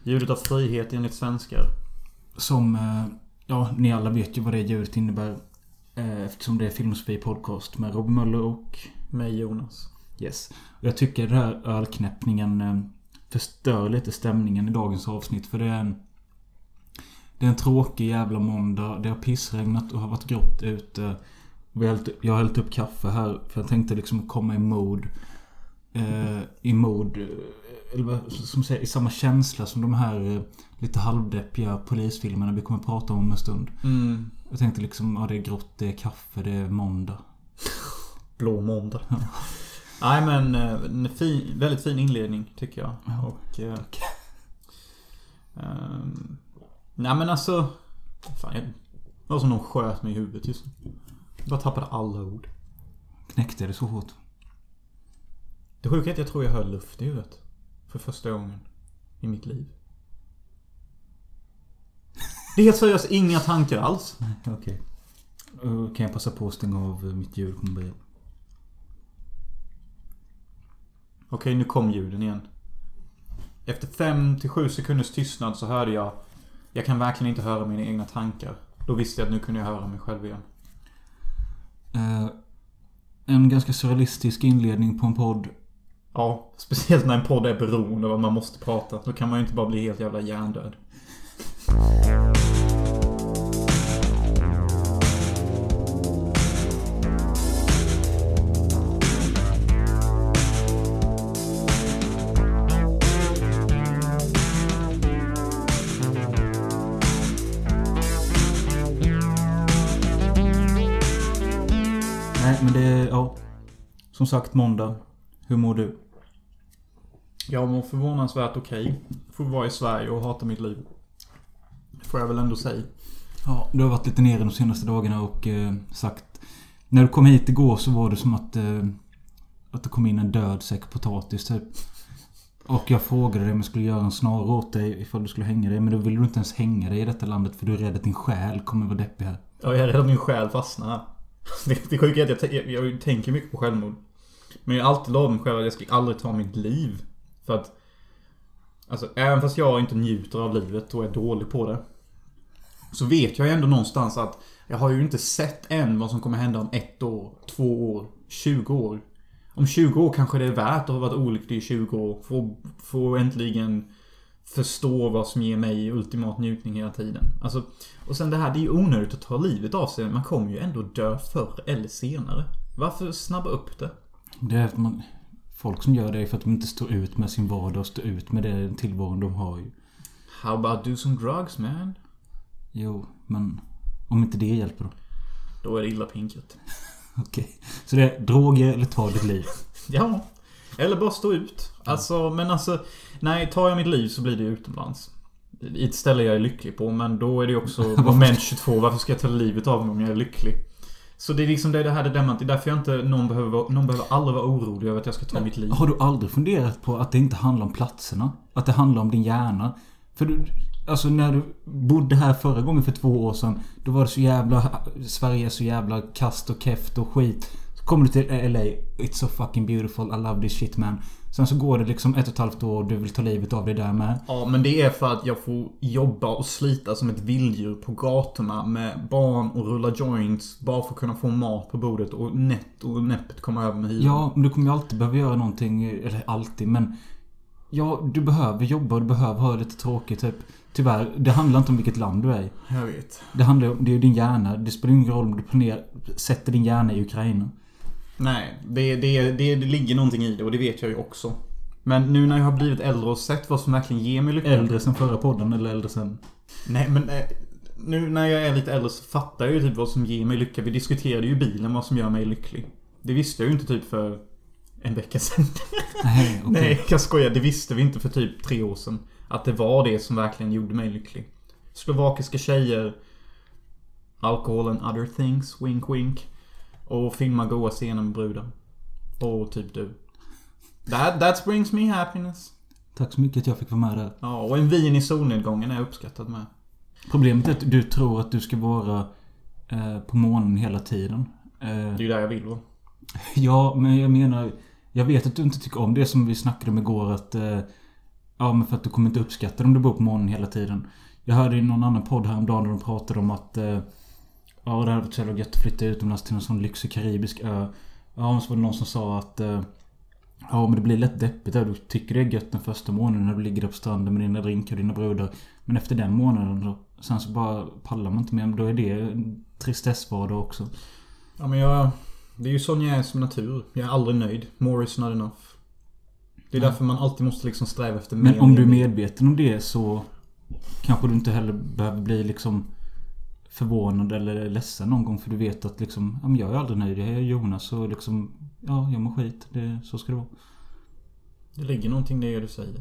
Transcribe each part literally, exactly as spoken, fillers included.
Ljudet av frihet enligt svenskar. Som, ja, ni alla vet ju vad det ljudet innebär. Eftersom det är Filmsofie podcast med Rob Möller och mig, Jonas. Yes. Och jag tycker den här ölknäppningen förstör lite stämningen i dagens avsnitt. För det är en Det är en tråkig jävla måndag. Det har pissregnat och har varit grått ute. Jag har hällt upp kaffe här. För jag tänkte liksom komma i mod. Eh, I mod. Eller som säger, i samma känsla som de här eh, lite halvdeppiga polisfilmerna vi kommer att prata om en stund. Mm. Jag tänkte liksom, ja, det är grått, det är kaffe, det är måndag. Blå måndag. Ja. Nej, men en fin, väldigt fin inledning tycker jag. Ja. Och eh, um, nej men alltså fan, jag, det var som någon sköt mig i huvudet just. Jag bara tappade alla ord. Knäckte det så hårt? Det sjuka är att jag tror jag hör luft i huvudet. För första gången i mitt liv. Det är helt seriöst inga tankar alls. Nej, okej. Okay. Kan jag passa på att stänga av mitt ljud? Okej, okay, nu kom ljuden igen. Efter fem till sju sekunders tystnad så hörde jag. Jag kan verkligen inte höra mina egna tankar. Då visste jag att nu kunde jag höra mig själv igen. Uh, en ganska surrealistisk inledning på en podd. Ja, speciellt när en podd är beroende av att man måste prata. Då kan man ju inte bara bli helt jävla hjärndöd. Nej, men det är, ja, som sagt, måndag. Hur mår du? Jag mår förvånansvärt okej. Får vara i Sverige och hata mitt liv. Får jag väl ändå säga. Ja, du har varit lite nere de senaste dagarna och eh, sagt... När du kom hit igår så var det som att... Eh, att det kom in en död säck potatis typ. Och jag frågade dig om jag skulle göra en snara åt dig ifall du skulle hänga dig. Men då vill du inte ens hänga dig i detta landet för du är rädd att din själ kommer vara deppig här. Ja, jag är rädd att min själ fastnar. Det, det sjuka är att jag, jag, jag tänker mycket på självmord. Men jag har alltid lovat mig själv att jag ska aldrig ta mitt liv. För att alltså, även fast jag inte njuter av livet och är dålig på det, så vet jag ändå någonstans att jag har ju inte sett än vad som kommer hända om ett år, två år, tjugo år. Om tjugo år kanske det är värt att ha varit olycklig i tjugo år. Få, få äntligen förstå vad som ger mig ultimat njutning hela tiden. Alltså, och sen det här, det är ju onödigt att ta livet av sig. Man kommer ju ändå dö förr eller senare. Varför snabba upp det? Det är att man... Folk som gör det är för att de inte står ut med sin vardag och står ut med det tillvaron de har ju. How about do some drugs, man? Jo, men om inte det hjälper då? Då är det illa pinkat. Okej, okay. Så det är droger eller ta ditt liv? Ja, eller bara stå ut. Alltså, men alltså, nej, tar jag mitt liv så blir det utomlands. I ett ställe jag är lycklig på, men då är det också moment tjugotvå. Varför ska jag ta livet av mig om jag är lycklig? Så det är liksom det, det här det dämmat. Det är därför jag inte, någon behöver, någon behöver aldrig vara orolig över att jag ska ta men, mitt liv. Har du aldrig funderat på att det inte handlar om platserna? Att det handlar om din hjärna? För du, alltså när du bodde här förra gången för två år sedan, då var det så jävla, Sverige är så jävla kast och keft och skit. Så kommer du till L A, it's so fucking beautiful, I love this shit man. Sen så går det liksom ett och ett halvt år och du vill ta livet av dig där med. Ja, men det är för att jag får jobba och slita som ett vilddjur på gatorna med barn och rulla joints bara för att kunna få mat på bordet och nätt och näppet komma över med hyran. Ja, men du kommer ju alltid behöva göra någonting, eller alltid, men ja, du behöver jobba och du behöver ha lite tråkigt typ. Tyvärr, det handlar inte om vilket land du är i. Jag vet. Det handlar om, det är ju din hjärna. Det spelar ingen roll om du planerar, sätter din hjärna i Ukraina. Nej, det, det, det, det ligger någonting i det och det vet jag ju också. Men nu när jag har blivit äldre och sett vad som verkligen ger mig lycka. Äldre sen förra podden eller äldre sen? Nej, men nu när jag är lite äldre så fattar jag ju typ vad som ger mig lycka. Vi diskuterade ju i bilen vad som gör mig lycklig. Det visste jag ju inte typ för en vecka sedan. Nej, okay. Nej, jag skojar. Det visste vi inte för typ tre år sedan. Att det var det som verkligen gjorde mig lycklig. Slovakiska tjejer, alkohol and other things, wink wink. Och filma goa scener med bruden. Och typ du. That, that brings me happiness. Tack så mycket att jag fick vara med där. Ja, och en vin i solnedgången är uppskattat med. Problemet är att du tror att du ska vara eh, på månen hela tiden. Eh, det är ju där jag vill vara. Ja, men jag menar, jag vet att du inte tycker om det som vi snackade om igår, att eh, Ja, men för att du kommer inte uppskatta om du bor på morgonen hela tiden. Jag hörde i någon annan podd häromdagen där de pratade om att eh, ja, det hade varit så jävla gött att flytta utomlands till en sån lyxig karibisk ö. Ja, och så var det någon som sa att eh, ja, men det blir lätt deppigt där. Du tycker det är gött den första månaden när du ligger där på stranden med dina drinkar och dina brudar. Men efter den månaden då, sen så bara pallar man inte mer. Men då är det en tristessvardag också. Ja, men jag... Det är ju sån jag är som natur. Jag är aldrig nöjd. More is not enough. Det är ja. Därför man alltid måste liksom sträva efter mer. Men om du är medveten om det så kanske du inte heller behöver bli liksom förvånad eller ledsen någon gång. För du vet att liksom, ja, men jag är aldrig nöjd. Jag är Jonas och liksom, ja, jag mår skit. Det, så ska det vara. Det ligger någonting i det du säger.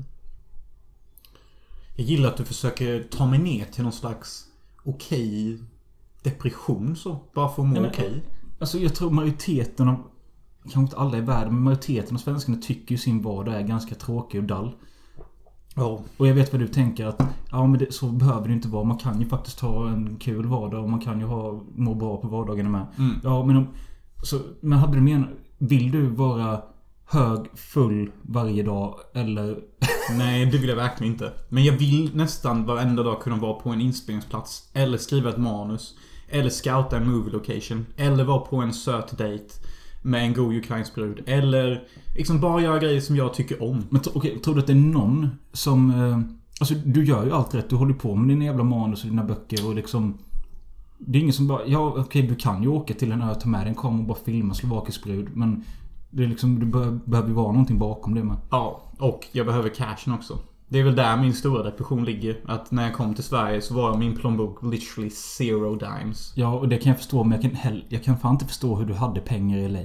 Jag gillar att du försöker ta mig ner till någon slags okej depression så. Bara för att må okej. Okay. Alltså jag tror majoriteten av, kanske inte alla i världen, men majoriteten av svenskarna tycker ju sin vardag är ganska tråkig och dall. Ja. Och jag vet vad du tänker att ja, men det, så behöver det inte vara. Man kan ju faktiskt ha en kul vardag och man kan ju ha, må bra på vardagarna med. Mm. Ja, men, om, så, men hade du menat, vill du vara hög, full varje dag eller... Nej, det vill jag verkligen inte. Men jag vill nästan varenda dag kunna vara på en inspelningsplats eller skriva ett manus eller scouta en movie location eller vara på en söt date med en god ukrainsk brud eller liksom bara göra grejer som jag tycker om. Men okej, okay, tror du att det är någon som eh, alltså du gör ju allt rätt, du håller på med dina jävla manus och dina böcker och liksom det är ingen som bara, ja okej okay, du kan ju åka till en ö, ta med en kamera och bara filma slovakisk brud, men det är liksom, du be- behöver ju vara någonting bakom det med. Ja, och jag behöver cashen också. Det är väl där min stora depression ligger. Att när jag kom till Sverige så var min plånbok literally zero dimes. Ja, och det kan jag förstå. Men jag kan, hell- jag kan fan inte förstå hur du hade pengar i L A.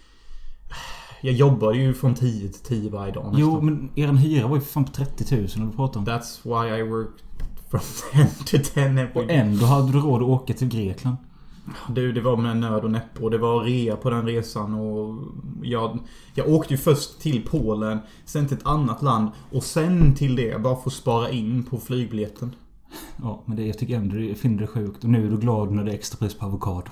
Jag jobbade ju från tio till tio varje dag nästan. Jo, men er hyra var ju för fan på trettio tusen när du pratade om. That's why I worked from ten to ten every day. Och ändå hade du råd att åka till Grekland. Du, det var med nöd och näpp och det var rea på den resan och jag, jag åkte ju först till Polen, sen till ett annat land och sen till det bara för att spara in på flygbiljetten. Ja, men det, jag tycker ändå jag finner det sjukt och nu är du glad när det är extra pris på avokado.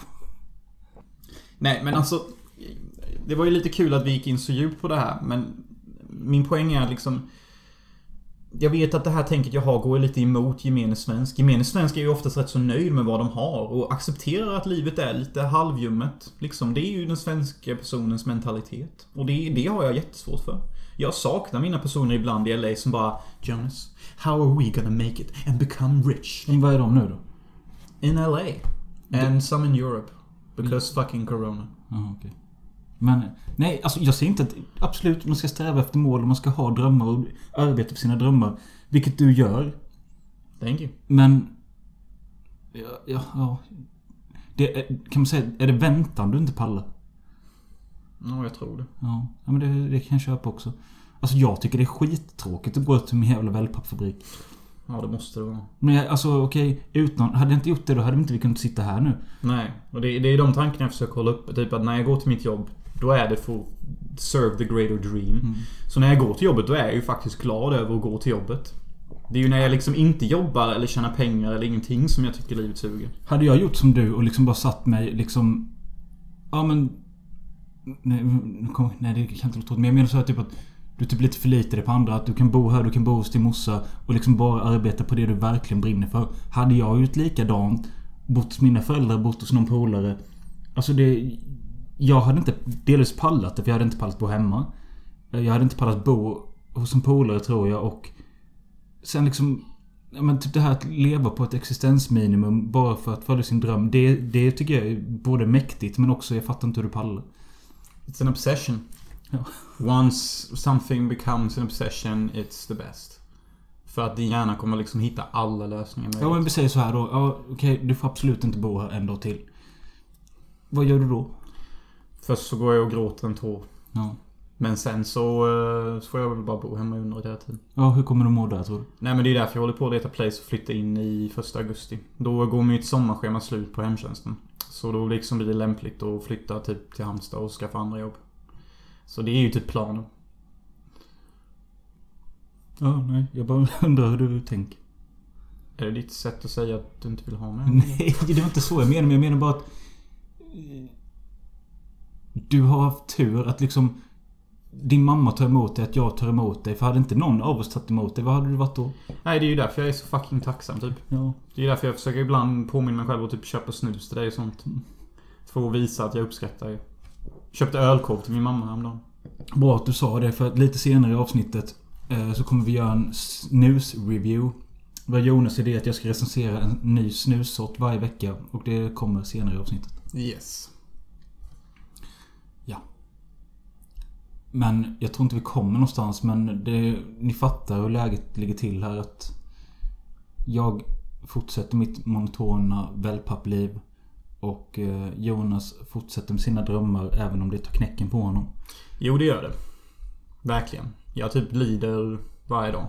Nej, men alltså det var ju lite kul att vi gick in så djupt på det här, men min poäng är liksom jag vet att det här tänket jag har går lite emot gemene svensk. Gemene svensk är ju oftast rätt så nöjd med vad de har och accepterar att livet är lite halvjummet. Liksom, det är ju den svenska personens mentalitet. Och det, det har jag jättesvårt för. Jag saknar mina personer ibland i L A som bara Jonas, how are we gonna make it and become rich? Men vad är de nu då? In L A. And some in Europe. Because mm. fucking corona. Ja, okej. Okay. Men nej, alltså jag säger inte att absolut man ska sträva efter mål och man ska ha drömmar och arbeta för sina drömmar, vilket du gör. Thank you. Men ja, ja, ja. Det är, kan man säga, är det väntan du inte pallar? Ja, jag tror det. Ja, ja men det, det kan jag köpa också. Alltså jag tycker det är skittråkigt att gå till min jävla wellpappfabrik. Ja, det måste det vara. Men jag, alltså okej, okay, utan hade jag inte gjort det då hade inte vi kunnat sitta här nu. Nej, och det, det är de tankarna jag försöker hålla upp. Typ att när jag går till mitt jobb, då är det för att serve the greater dream. Mm. Så när jag går till jobbet, då är jag ju faktiskt glad över att gå till jobbet. Det är ju när jag liksom inte jobbar eller tjänar pengar eller ingenting som jag tycker livet suger. Hade jag gjort som du och liksom bara satt mig liksom... Ja men... Nej, nej det kan inte låta åt. Men jag menar så här typ att du typ lite förlitar dig på andra. Att du kan bo här, du kan bo hos din morsa och liksom bara arbeta på det du verkligen brinner för. Hade jag gjort likadant, bott hos mina föräldrar, bott hos någon polare. Alltså det... Jag hade inte delvis pallat det, för jag hade inte pallat bo hemma. Jag hade inte pallat bo hos en polare tror jag. Och sen liksom... Ja, men typ det här att leva på ett existensminimum bara för att följa sin dröm. Det, det tycker jag är både mäktigt, men också jag fattar inte hur du pallar. It's an obsession. Ja. Once something becomes an obsession, it's the best. För att din hjärna kommer liksom hitta alla lösningar. Ja, men vi säger så här då. Ja, okej, okay, du får absolut inte bo här en dag till. Vad gör du då? Först så går jag och gråter en tår. Ja. Men sen så, så får jag väl bara bo hemma under hela tiden. Ja, hur kommer du må där tror du? Nej, men det är därför jag håller på att leta place och flytta in i första augusti. Då går mitt sommarschema slut på hemtjänsten. Så då liksom blir det lämpligt att flytta typ till Halmstad och skaffa andra jobb. Så det är ju typ planen. Ja, nej. Jag bara undrar hur du tänker. Är det ditt sätt att säga att du inte vill ha mig? Nej, det var inte så jag menar. Men jag menar bara att du har haft tur att liksom din mamma tar emot dig, att jag tar emot dig. För hade inte någon av oss tagit emot dig, vad hade du varit då? Nej, det är ju därför jag är så fucking tacksam typ. Ja. Det är därför jag försöker ibland påminna mig själv och typ köpa snus till dig och sånt. För att visa att jag uppskattar dig. Köpte ölkorv till min mamma häromdagen. Bra att du sa det, för att lite senare i avsnittet eh, så kommer vi göra en snus-review. Det var Jonas idé att jag ska recensera en ny snussort varje vecka. Och det kommer senare i avsnittet. Yes. Ja. Men jag tror inte vi kommer någonstans. Men det, ni fattar hur läget ligger till här. Att jag fortsätter mitt monotona wellpapp-liv. Och eh, Jonas fortsätter med sina drömmar även om det tar knäcken på honom. Jo, det gör det. Verkligen. Jag typ lider varje dag.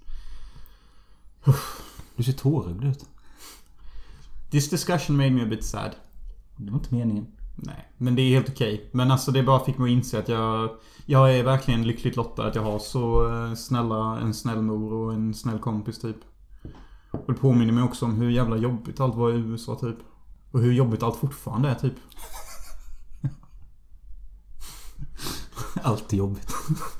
Du ser tårögd ut. This discussion made me a bit sad. Det var inte meningen. Nej, men det är helt okej. Men alltså det bara fick mig att inse att jag Jag är verkligen lyckligt lottad att jag har så eh, snälla En snäll mor och en snäll kompis typ. Och det påminner mig också om hur jävla jobbigt allt var i U S A typ. Och hur jobbigt allt fortfarande är typ. Allt är jobbigt.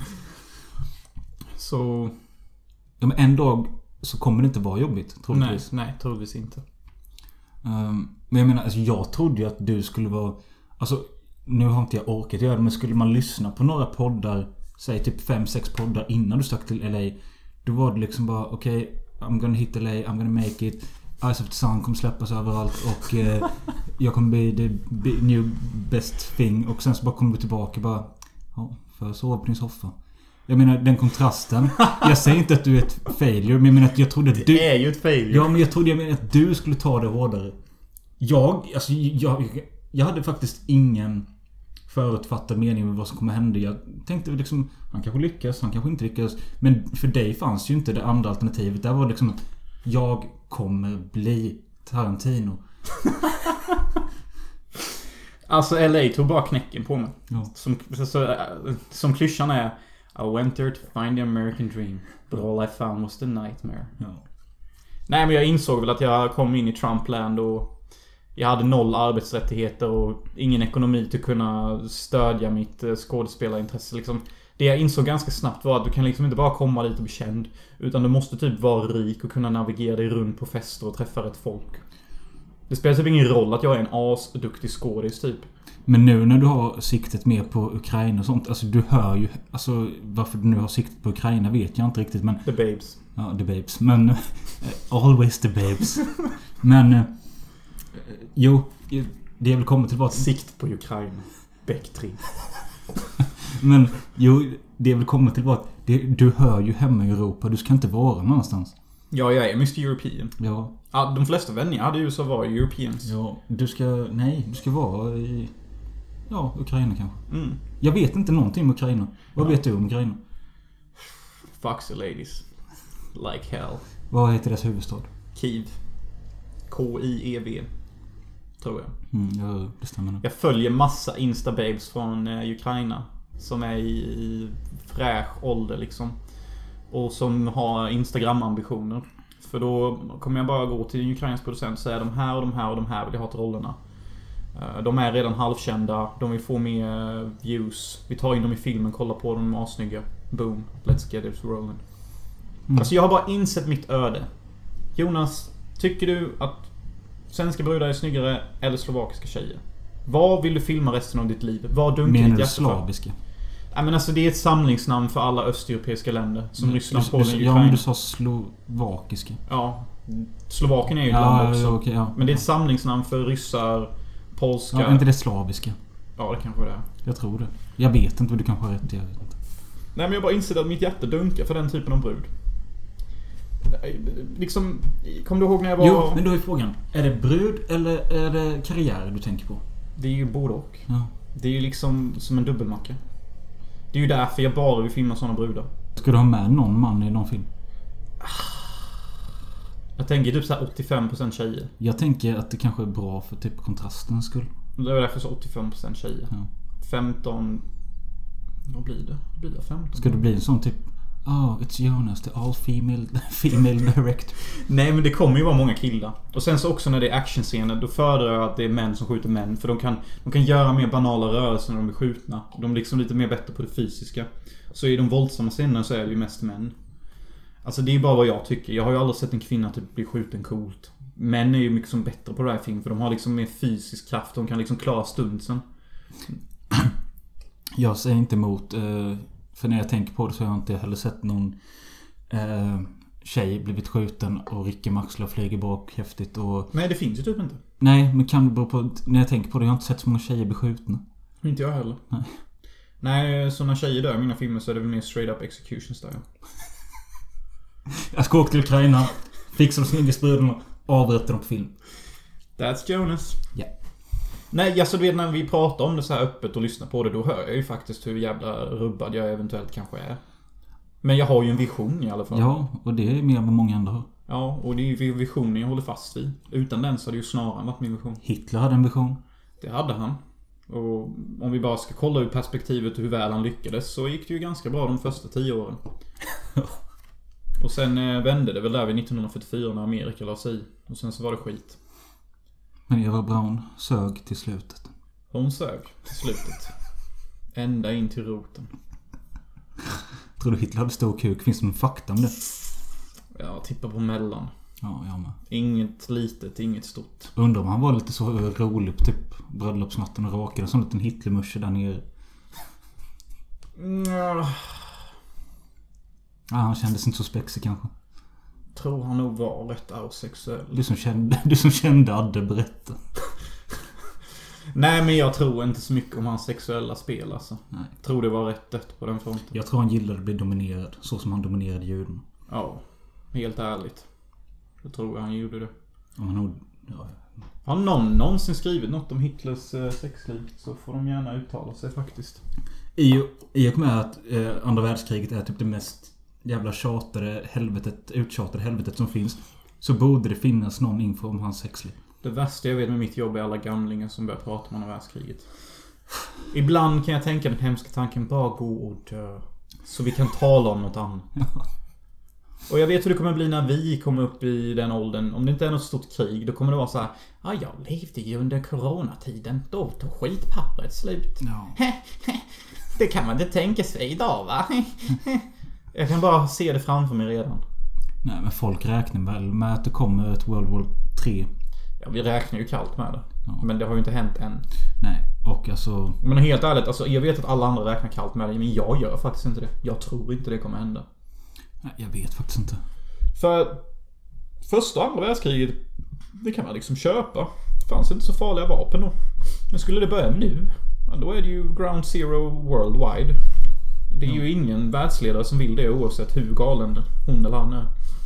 Så ja, men en dag så kommer det inte vara jobbigt, troligtvis. Nej, nej, troligtvis inte. Um, men jag menar, alltså, jag trodde ju att du skulle vara... Alltså, nu har inte jag orkat göra det, men skulle man lyssna på några poddar, säg typ fem sex poddar innan du stack till L A, då var det liksom bara, okej, okay, I'm gonna hit L A, I'm gonna make it, Eyes of the Sun kommer släppas överallt och eh, jag kommer bli the new best thing, och sen så bara kommer du tillbaka bara, ja, för jag sova på din soffa. Jag menar, den kontrasten. Jag säger inte att du är ett failure, men jag menar att jag trodde att du... Det är ju ett failure. Ja, men jag trodde jag menar att du skulle ta det hårdare. Jag, alltså jag, jag hade faktiskt ingen förutfattad mening med vad som kommer hända. Jag tänkte liksom, han kanske lyckas, han kanske inte lyckas. Men för dig fanns ju inte det andra alternativet. Där var liksom att jag kommer bli Tarantino. Alltså L A tog bara knäcken på mig. Ja. Som, så, så, som klyschan är, I went there to find the American dream, but all I found was the nightmare. Ja. Nej, men jag insåg väl att jag kom in i Trumpland och jag hade noll arbetsrättigheter och ingen ekonomi till att kunna stödja mitt skådespelarintresse liksom. Det jag insåg ganska snabbt var att du kan liksom inte bara komma dit och bli känd, utan du måste typ vara rik och kunna navigera dig runt på fester och träffa rätt folk. Det spelar typ ingen roll att jag är en asduktig skådis typ. Men nu när du har siktet mer på Ukraina och sånt, alltså du hör ju, alltså varför du nu har siktet på Ukraina vet jag inte riktigt, men... The babes. Ja, the babes. Men, always the babes. Men, eh, jo, det är väl kommit till vad... Sikt på Ukraina. Beck tre. Men, jo, det är väl kommit till vad... Du hör ju hemma i Europa, du ska inte vara någonstans. Ja, jag är mister European. Ja. Ja, de flesta vänner jag hade ju så var Europeans. Ja, du ska... Nej, du ska vara i... Ja, Ukraina kanske. Mm. Jag vet inte någonting om Ukraina. Vad ja. vet du om Ukraina? Fuck the ladies. Like hell. Vad heter dess huvudstad? Kiev. K I E V. Tror jag. Mm, ja, det stämmer nog. Jag följer massa Insta-babes från eh, Ukraina. Som är i, i fräsch ålder liksom. Och som har Instagram-ambitioner. För då kommer jag bara gå till en ukrainsk producent och säga de här och de här och de här vill jag ha till rollerna. De är redan halvkända. De vill få mer views. Vi tar in dem i filmen, kollar på dem, de är assnygga. Boom, let's get it rolling. Mm. Alltså jag har bara insett mitt öde. Jonas, tycker du att svenska brudar är snyggare eller slovakiska tjejer? Vad vill du filma resten av ditt liv? Vad dunkar ditt hjärta för? Menar du slaviska? Ja, men alltså det är ett samlingsnamn för alla östeuropeiska länder som mm. Ryssland, Polen, Ukraina. Ja, men du sa slovakiska. Ja, Slovakien är ju ett ja, land också. Okay, ja. Men det är ett samlingsnamn för ryssar, polska. Ja, inte det slaviska? Ja, det kanske det är. Jag tror det. Jag vet inte, du kanske har rätt. Jag vet inte. Nej, men jag bara inser att mitt hjärta dunkar för den typen av brud. Liksom, kom du ihåg när jag var... Jo, men då är frågan. Är det brud eller är det karriär du tänker på? Det är ju både och. Ja. Det är ju liksom som en dubbelmacka. Det är ju därför jag bara vill filma sådana brudar. Ska du ha med någon man i någon film? Jag tänker typ så här åttiofem procent tjejer. Jag tänker att det kanske är bra för typ kontrastens skull. Det är därför så åttiofem procent tjejer. Ja. femton... Vad blir det? Vad blir det? femton? Ska du bli en sån typ Oh, it's Jonas, the all female, female director. Nej, men det kommer ju vara många killar. Och sen så också när det är actionscener, då föredrar jag att det är män som skjuter män. För de kan, de kan göra mer banala rörelser när de blir skjutna. De är liksom lite mer bättre på det fysiska. Så i de våldsamma scenerna så är det ju mest män. Alltså det är bara vad jag tycker. Jag har ju aldrig sett en kvinna typ bli skjuten coolt. Män är ju mycket som bättre på det här film. För de har liksom mer fysisk kraft. De kan liksom klara stundsen. Jag säger inte emot... Eh, för när jag tänker på det så har jag inte heller sett någon eh, tjej blivit skjuten och rycker med axlar och flyger bak häftigt och... Nej, det finns ju typ inte. Nej, men kan det bero på... När jag tänker på det, jag har inte sett så många tjejer bli skjutna. Inte jag heller. Nej. Nej, så när tjejer dör i mina filmer så är det väl mer straight up execution style. Jag ska åka till Ukraina, fixa de snyggaste bröderna, avrätta dem på film. That's Jonas. Ja. Yeah. Nej, alltså du vet när vi pratar om det så här öppet och lyssnar på det, då hör jag ju faktiskt hur jävla rubbad jag eventuellt kanske är. Men jag har ju en vision i alla fall. Ja, och det är mer än vad många andra har. Ja, och det är ju visionen jag håller fast vid. Utan den så hade ju snarare varit min vision. Hitler hade en vision. Det hade han. Och om vi bara ska kolla ur perspektivet hur väl han lyckades, så gick det ju ganska bra de första tio åren. Och sen eh, vände det väl där vid nittonhundrafyrtiofyra när Amerika la sig i. Och sen så var det skit. Men Eva Braun sög till slutet. Hon sög till slutet. Ända in till roten. Tror du Hitler hade stor kuk? Finns det någon fakta om det? Ja, tippa på mellan. Ja, jag med. Inget litet, inget stort. Undrar om han var lite så rolig på typ bröllopsnatten och rakade som en liten Hitlermusche där nere. Mm. Ja, han kändes inte så spexig kanske. Tror han nog var rätt asexuell. Du som kände, du som kände Adde berätta. Nej, men jag tror inte så mycket om hans sexuella spel alltså. Nej. Tror det var rätt dött på den fronten. Jag tror han gillade att bli dominerad. Så som han dominerade juden. Ja, helt ärligt. Jag tror han gjorde det. Om han nog... Ja. Har någon någonsin skrivit något om Hitlers eh, sexliv, så får de gärna uttala sig faktiskt. I, i och med att eh, andra världskriget är typ det mest jävla tjatade helvetet, uttjatade helvetet som finns, så borde det finnas någon info om hans sexliv. Det värsta jag vet med mitt jobb är alla gamlingar som börjar prata om andra världskriget. Ibland kan jag tänka den hemska tanken, bara gå och dö. Så vi kan tala om något annat. Och jag vet hur det kommer bli när vi kommer upp i den åldern. Om det inte är något stort krig, då kommer det vara så här: ja, jag levde ju under coronatiden. Då tog skitpappret slut. Ja. Det kan man inte tänka sig idag, va? Jag kan bara se det framför mig redan. Nej, men folk räknar väl med att det kommer ett World War tre. Ja, vi räknar ju kallt med det. Ja. Men det har ju inte hänt än. Nej, och alltså... Men helt ärligt, alltså, jag vet att alla andra räknar kallt med det. Men jag gör faktiskt inte det. Jag tror inte det kommer hända. Nej, jag vet faktiskt inte. För första och andra världskriget, det kan man liksom köpa. Det fanns inte så farliga vapen då. Men skulle det börja nu, då är det ju ground zero worldwide. Det är ju ingen världsledare som vill det, oavsett hur galen hon eller han är.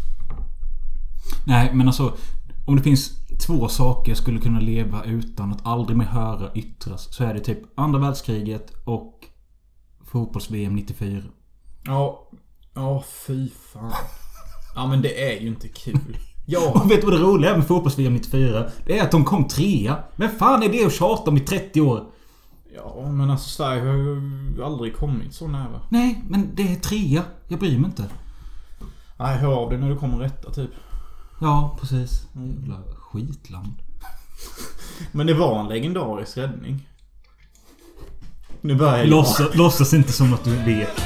Nej, men alltså, om det finns två saker jag skulle kunna leva utan att aldrig mer höra yttras, så är det typ andra världskriget och fotbolls-V M nittiofyra. Ja, ja, fy fan. Ja, men det är ju inte kul. Ja. Och vet du vad det roliga är med fotbolls-V M nittiofyra? Det är att de kom trea. Men fan är det att tjata om i trettio år? Ja, men alltså Sverige har ju aldrig kommit så nära. Nej, men det är trea. Jag bryr mig inte. Nej, hör av det när du kommer rätta typ. Ja, precis. Jävla skitland. Men det var en legendarisk räddning. Nu börjar jag... Låtsas, låtsas inte som att du vet.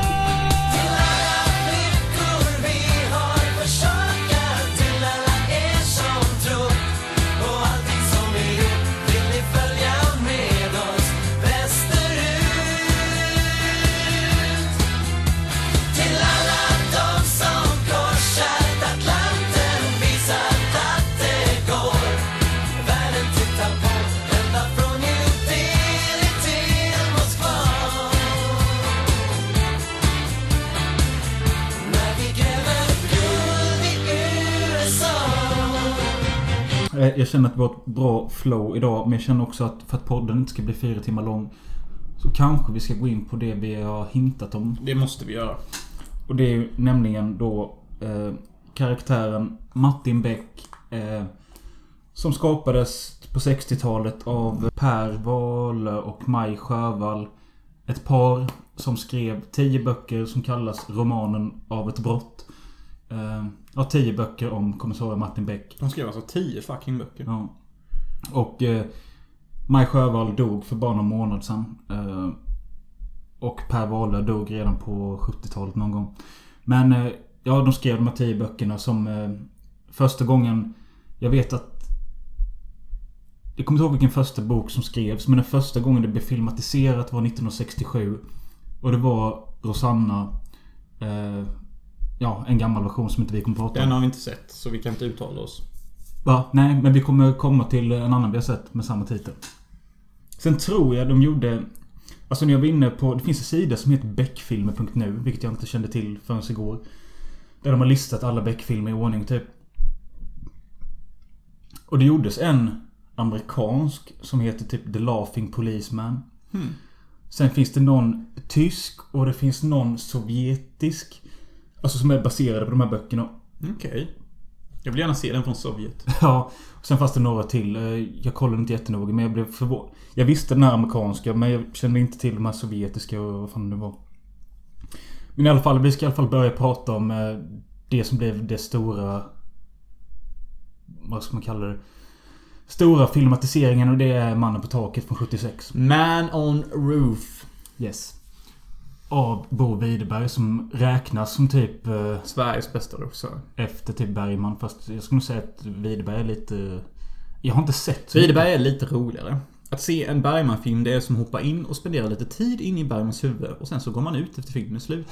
Jag känner att vi har ett bra flow idag, men jag känner också att för att podden inte ska bli fyra timmar lång, så kanske vi ska gå in på det vi har hintat om. Det måste vi göra. Och det är ju nämligen då eh, karaktären Martin Beck, eh, som skapades på sextiotalet av Per Wahlöö och Maj Sjöwall. Ett par som skrev tio böcker som kallas Romanen av ett brott. Uh, ja, tio böcker om kommissarie Martin Beck. De skrev alltså tio fucking böcker. Ja. Och uh, Maj Sjöwall dog för bara någon månad sedan. Uh, och Per Wahlöö dog redan på sjuttiotalet någon gång. Men uh, ja, de skrev de här tio böckerna som uh, första gången, jag vet att jag kommer inte ihåg vilken första bok som skrevs, men den första gången det blev filmatiserat var nittonhundrasextiosju. Och det var Rosanna, uh, ja, en gammal version som inte vi kommer prata om. Den har vi inte sett, så vi kan inte uttala oss. Va? Nej, men vi kommer komma till en annan vi har sett med samma titel. Sen tror jag de gjorde... Alltså när jag var inne på... Det finns en sida som heter beckfilmer punkt nu, vilket jag inte kände till förrän igår. Där de har listat alla Beck-filmer i ordning typ. Och det gjordes en amerikansk som heter typ The Laughing Policeman. Hmm. Sen finns det någon tysk och det finns någon sovjetisk. Alltså som är baserade på de här böckerna. Okej. Okay. Jag vill gärna se den från Sovjet. Ja, och sen fanns det några till. Jag kollade inte jättenoga, men jag blev förvånad. Jag visste den här amerikanska, men jag kände inte till de här sovjetiska och vad fan det var. Men i alla fall, vi ska i alla fall börja prata om det som blev det stora... Vad ska man kalla det? Stora filmatiseringen, och det är Mannen på taket från sjuttiosex. Man on Roof. Yes. Av Bo Widerberg, som räknas som typ eh, Sveriges bästa regissör. Efter typ Bergman. Fast jag skulle nog säga att Widerberg är lite... Jag har inte sett... Widerberg är lite roligare. Att se en Bergman-film, det är som att hoppa in och spendera lite tid in i Bergmans huvud. Och sen så går man ut efter filmen är slut.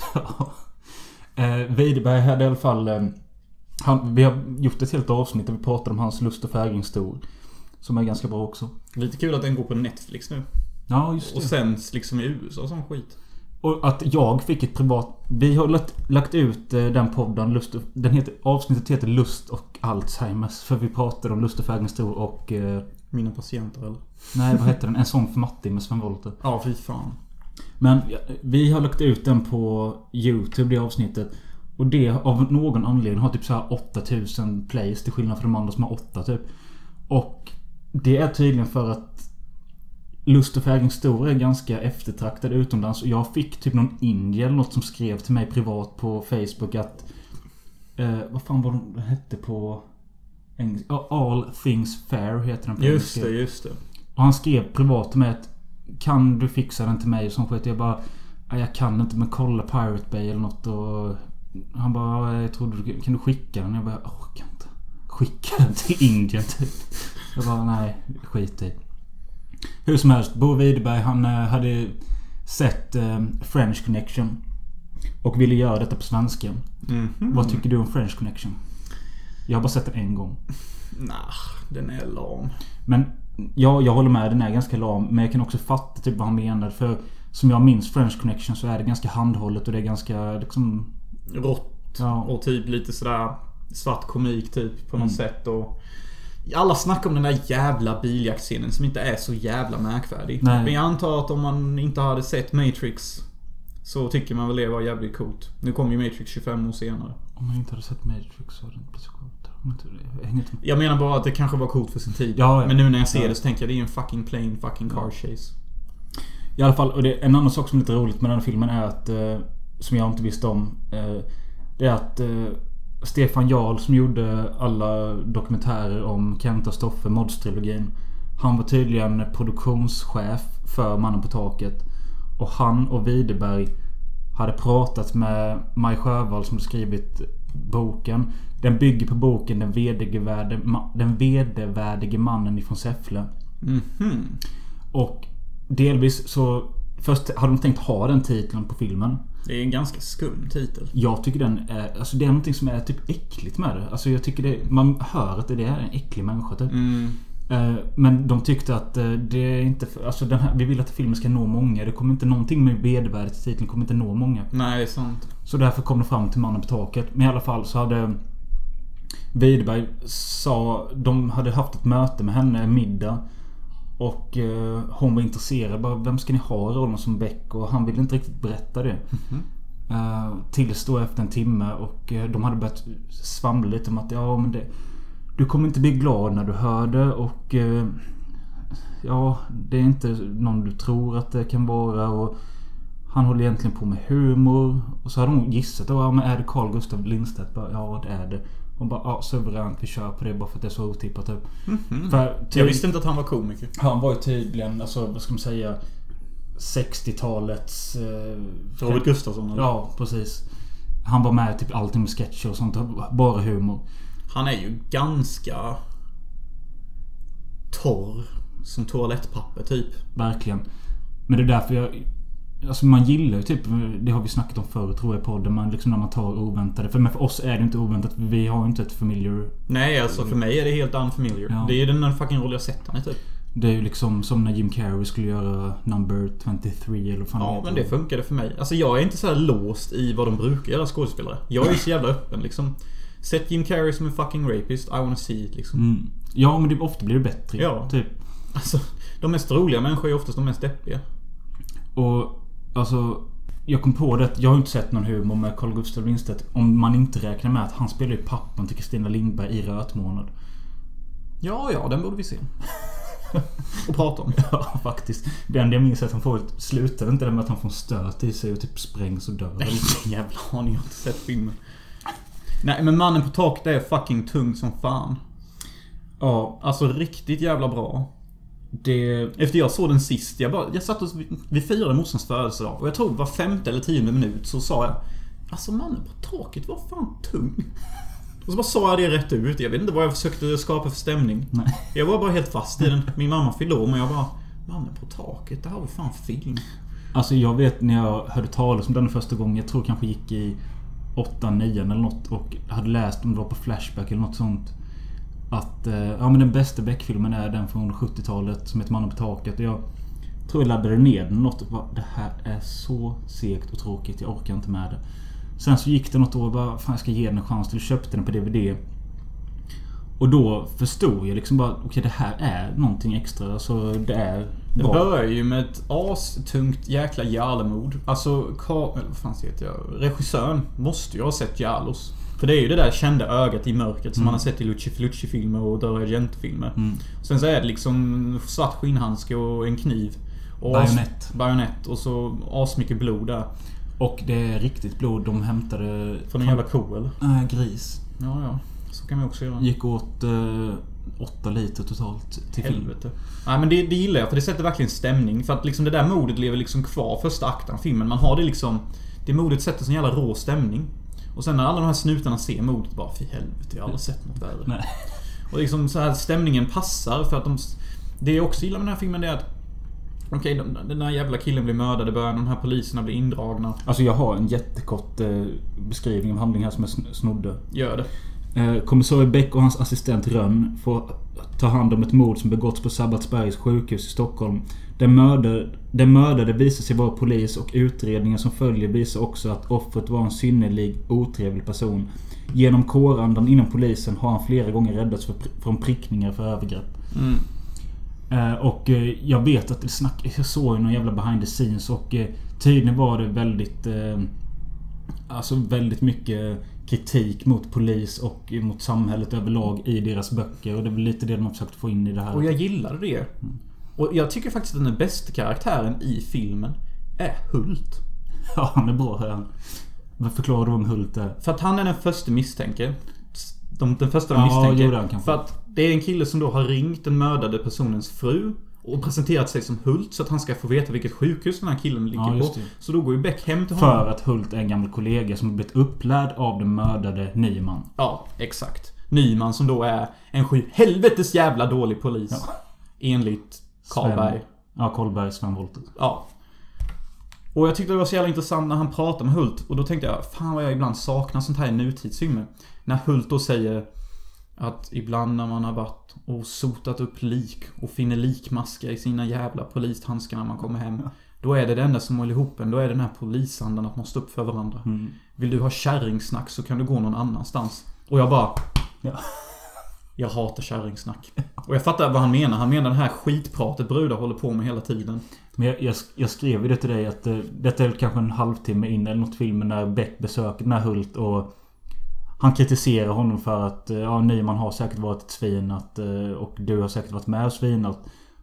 eh, Widerberg hade i alla fall... Eh, han, vi har gjort ett helt avsnitt där vi pratade om hans Lust och fägringstor. Som är ganska bra också. Lite kul att den går på Netflix nu. Ja, just det. Och sänds liksom i U S A och sån skit. Och att jag fick ett privat... Vi har lagt, lagt ut den podden Lust och, den heter, avsnittet heter Lust och Alzheimers. För vi pratade om Lust och fägringstor och... Eh, Mina patienter eller? Nej, vad heter den? En sång för Matti med Sven Wollter. Ja, fy fan. Men vi har lagt ut den på YouTube, det avsnittet. Och det av någon anledning har typ så här åtta tusen plays, till skillnad från de andra som har åtta typ. Och det är tydligen för att Lust och fägringstor är ganska eftertraktad utomlands. Och jag fick typ någon indier eller något som skrev till mig privat på Facebook att eh, vad fan var det hette på engelska? All Things Fair heter den på Just engelska. det, just det. Och han skrev privat med att kan du fixa den till mig och sånt skit. Jag bara, jag kan inte, men kolla Pirate Bay eller något. Och han bara, jag trodde du, kan du skicka den? Jag bara, jag orkar inte skicka den till Indien typ. Jag bara, nej, skit i. Hur som helst, Bo Widerberg, han hade sett eh, French Connection och ville göra detta på svenska. Mm-hmm. Vad tycker du om French Connection? Jag har bara sett den en gång. Nah, den är lam. Men ja, jag håller med, den är ganska lam. Men jag kan också fatta typ vad han menar. För som jag minns French Connection så är det ganska handhållet och det är ganska liksom... rått. Ja. Och typ lite sådär svart komik typ på något mm. sätt. Och alla snackar om den där jävla biljaktscenen som inte är så jävla märkvärdig. Nej. Men jag antar att om man inte hade sett Matrix så tycker man väl det var jävligt coolt. Nu kommer ju Matrix tjugofem år senare. Om man inte hade sett Matrix så hade det inte blivit så coolt. Jag menar bara att det kanske var coolt för sin tid. Ja, ja. Men nu när jag ser ja. det så tänker jag det är en fucking plane fucking car chase. I alla fall, och det, en annan sak som är lite roligt med den här filmen är att eh, som jag inte visste om eh, det är att eh, Stefan Jarl som gjorde alla dokumentärer om Kent och Stoffe, Mods-trilogin, han var tydligen produktionschef för Mannen på taket. Och han och Widerberg hade pratat med Maj Sjöwall som skrivit boken. Den bygger på boken Den vedervärdige, den vedervärdige mannen ifrån Säffle. Mm-hmm. Och delvis så först hade de tänkt ha den titeln på filmen. Det är en ganska skum titel. Jag tycker den är, alltså det är någonting som är typ äckligt med det. Alltså jag tycker det, man hör att det är en äcklig människa typ. Mm. Men de tyckte att det är inte, alltså den här, vi vill att filmen ska nå många. Det kommer inte någonting med vedervärdet i titeln, kommer inte nå många. Nej, det är sant. Så därför kom de fram till Mannen på taket. Men i alla fall så hade Widerberg sa, de hade haft ett möte med henne, middag. Och eh, hon var intresserad. Bara, vem ska ni ha rollen som Beck? Och han ville inte riktigt berätta det. Mm-hmm. Uh, tills då efter en timme. Och uh, de hade börjat svamla lite om att ja, men det, du kommer inte bli glad när du hör det. Och uh, ja, det är inte någon du tror att det kan vara. Och Han håller egentligen på med humor. Och så har de gissat då, ja, men är det Carl Gustav Lindstedt? Bara, ja, det är det. Och bara, ja, suveränt, vi kör på det bara för att det är så otippat typ. Mm-hmm. För, jag visste inte att han var komiker. Han var ju tydligen, alltså, vad ska man säga, sextiotalets eh, Robert Gustafsson eller? Ja, precis. Han var med typ allting med sketcher och sånt, bara humor. Han är ju ganska torr som toalettpapper typ. Verkligen. Men det är därför jag, alltså man gillar ju typ, det har vi snackat om förut tror jag på podden, man liksom när man tar oväntade, för, men för oss är det inte oväntat, vi har ju inte ett familiar. Nej, alltså för mig är det helt unfamiliar. Ja. Det är ju den fucking roll jag sett han i typ. Det är ju liksom som när Jim Carrey skulle göra number tjugotre eller fan. Ja, men det funkade för mig. Alltså jag är inte så här låst i vad de brukar göra, skådespelare. Jag är så jävla öppen liksom. Sett Jim Carrey som en fucking rapist, I wanna see it liksom. Mm. Ja, men det, ofta blir det bättre. Ja. Typ. Alltså, de mest roliga människor är oftast de mest deppiga. Och alltså, jag kom på det, jag har inte sett någon humor med Carl Gustav Lindstedt om man inte räknar med att han spelar ju pappan till Kristina Lindberg i Rötmånad. Ja, ja, den borde vi se. Och prata om. Ja, faktiskt. Det enda jag minns är att han får slutar inte det med att han får stöt i sig och typ sprängs och dör. Nej, jävla aning, jag har inte sett filmen. Nej, men Mannen på taket är fucking tung som fan. Ja, alltså riktigt jävla bra. Det... Efter jag såg den sist, jag bara, jag satt och vi firade morsans födelsedag och jag tror var femte eller tionde minut så sa jag, alltså Mannen på taket var fan tung. Och så bara sa jag det rätt ut. Jag vet inte vad jag försökte skapa för stämning. Nej. Jag var bara helt fast i den. Min mamma fyllde om och jag bara, Mannen på taket, det här var fan film. Alltså jag vet när jag hörde talas om den första gången, jag tror kanske gick i åtta nio eller något och hade läst om det var på Flashback eller något sånt, att ja, men den bästa Beck-filmen är den från sjuttiotalet som heter Mannen på taket. Och jag tror jag laddade ner den något och bara, det här är så segt och tråkigt, jag orkar inte med det. Sen så gick det något år och bara, fan jag ska ge den en chans till. Jag köpte den på D V D. Och då förstod jag liksom bara, okej okay, det här är någonting extra. Alltså det är det börjar ju med ett astungt jäkla Jarlemod. Alltså, eller vad fan heter jag? Regissören måste ju ha sett Jarlos. För det är ju det där kända ögat i mörkret som mm. man har sett i Luci Fillucci-filmer och Dario Argento-filmer. Mm. Sen så är det liksom svart skinnhandske och en kniv. Och bajonett. Bajonett och så asmycket blod där. Och det är riktigt blod de hämtade från en jävla ko eller? Nej, äh, gris. Ja, ja. Så kan man också göra. Gick åt eh, åtta liter totalt till film. Nej, men det, det gillar jag för det sätter verkligen stämning. För att liksom det där modet lever liksom kvar första akten av filmen. Man har det liksom, det modet sätter sån jävla rå stämning. Och sen när alla de här snutarna ser modet bara, fy helvete, jag har aldrig sett något värre. Nej. Och liksom så här stämningen passar för att de, det jag också gillar med den här filmen är att okej, okay, den där jävla killen blir mördad i början, de här poliserna blir indragna. Alltså jag har en jättekort eh, beskrivning av handlingen här som jag snodde. Gör det. Eh, kommissarie Beck och hans assistent Rönn får ta hand om ett mord som begåtts på Sabbatsbergs sjukhus i Stockholm. Den mördade, den mördade visar sig vara polis och utredningen som följer visar också att offret var en synnerlig otrevlig person. Genom kårandan inom polisen har han flera gånger räddats för, från prickningar för övergrepp. Mm. Eh, och eh, jag vet att det snack, jag såg någon jävla behind the scenes och eh, tydligen var det väldigt eh, alltså väldigt mycket kritik mot polis och mot samhället överlag i deras böcker. Och det är väl lite det de har försökt få in i det här. Och jag gillade det. Mm. Och jag tycker faktiskt att den bästa karaktären i filmen är Hult. Ja, han är bra här. Vad förklarar du om Hult är? För att han är den första misstänker. De, den första ja, misstänker. Jo, kan för att det är en kille som då har ringt den mördade personens fru och presenterat sig som Hult så att han ska få veta vilket sjukhus den här killen ligger ja, på. Så då går ju Beck hem till honom. För att Hult är en gammal kollega som har blivit upplärd av den mördade Nyman. Ja, exakt. Nyman som då är en sju helvetes jävla dålig polis. Ja. Enligt Karlberg. Ja, Karlberg, Sven Wollter. Ja. Och jag tyckte det var så jävla intressant när han pratade med Hult. Och då tänkte jag, fan vad jag ibland saknar sånt här i nutidsfilmer. När Hult då säger att ibland när man har varit och sotat upp lik och finner likmaskar i sina jävla polishandskar när man kommer hem. Ja. Då är det det enda som håller ihop en. Då är det den här polisandan att man står upp för varandra. Mm. Vill du ha kärringsnack så kan du gå någon annanstans. Och jag bara... Ja. Jag hatar kärringsnack. Och jag fattar vad han menar. Han menar den här skitpratet brudar håller på med hela tiden. Men jag, jag, jag skrev ju det till dig att uh, detta är kanske en halvtimme in eller något filmen när Beck besöker den här Hult och han kritiserar honom för att uh, ja, Nyman har säkert varit ett svin att, uh, och du har säkert varit med och svinat.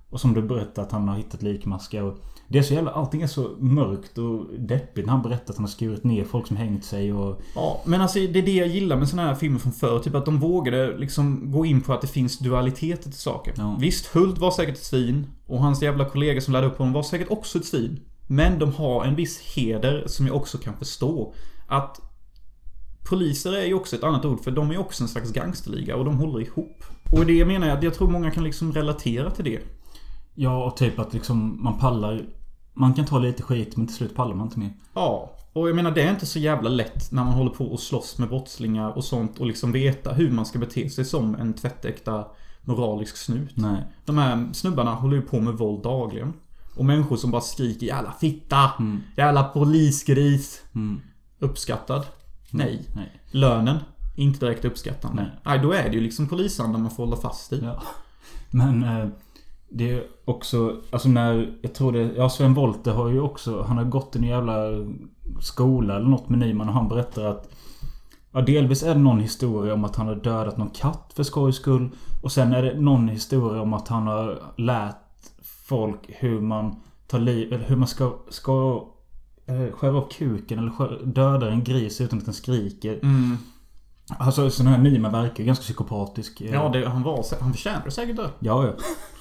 Och som du berättar att han har hittat likmaskar. Och det är så jävla, allting är så mörkt och deppigt när han berättar att han har skurit ner folk som hängt sig och... Ja, men alltså det är det jag gillar med såna här filmer från förr. Typ att de vågade liksom gå in på att det finns dualiteter till saker. Ja. Visst, Hult var säkert ett svin. Och hans jävla kollega som lärde upp honom var säkert också ett svin. Men de har en viss heder som jag också kan förstå. Att poliser är ju också ett annat ord, för de är också en slags gangsterliga och de håller ihop. Och det menar jag att jag tror många kan liksom relatera till det. Ja, och typ att liksom man pallar... Man kan ta lite skit men till slut pallar man inte mer. Ja, och jag menar det är inte så jävla lätt när man håller på och slåss med brottslingar och sånt och liksom veta hur man ska bete sig som en tvättäkta moralisk snut. Nej. De här snubbarna håller ju på med våld dagligen. Och människor som bara skriker jävla fitta, Mm. jävla polisgris. Mm. Uppskattad? Nej. Nej. Lönen? Inte direkt uppskattande. Nej. Nej, då är det ju liksom polisandan man får hålla fast i. Ja. Men eh, det är också, alltså när, jag tror det, ja Sven Wollter har ju också, han har gått i en jävla skola eller något med Nyman och han berättar att ja, delvis är det någon historia om att han har dödat någon katt för skojs skull. Och sen är det någon historia om att han har lärt folk hur man tar liv, eller hur man ska, ska eh, skära av kuken eller skär, döda en gris utan att den skriker. Mm. Alltså sån här Nyman verkar ganska psykopatisk. Ja, det, han var han förtjänade säkert det. Ja, ja.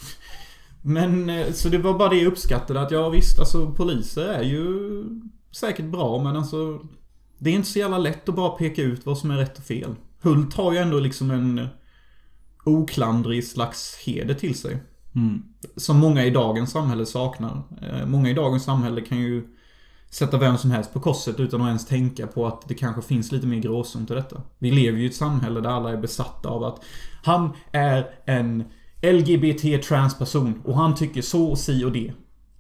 Men så det var bara det jag uppskattade, att ja visst, alltså poliser är ju säkert bra, men alltså det är inte så jävla lätt att bara peka ut vad som är rätt och fel. Hult har ju ändå liksom en oklandrig slags heder till sig. Mm. Som många i dagens samhälle saknar. Många i dagens samhälle kan ju sätta vem som helst på korset utan att ens tänka på att det kanske finns lite mer gråzon till detta. Vi lever ju i ett samhälle där alla är besatta av att han är en L G B T-transperson och han tycker så, si och det.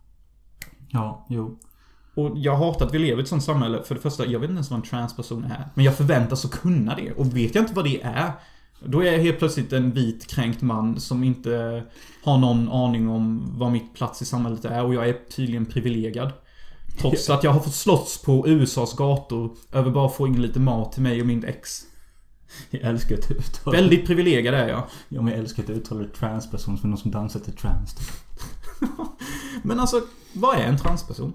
Ja, jo. Och jag hatar att vi lever i ett sånt samhälle. För det första, jag vet inte ens vad en transperson är. Men jag förväntas att kunna det. Och vet jag inte vad det är, då är jag helt plötsligt en vit kränkt man som inte har någon aning om vad mitt plats i samhället är. Och jag är tydligen privilegierad. Trots att jag har fått slåss på U S A:s gator över bara att få in lite mat till mig och min ex. Jag älskar att uttala. Väldigt privilegierad är jag. Ja, men jag älskar att uttala transperson som någon som dansar till trans. Men alltså, vad är en transperson?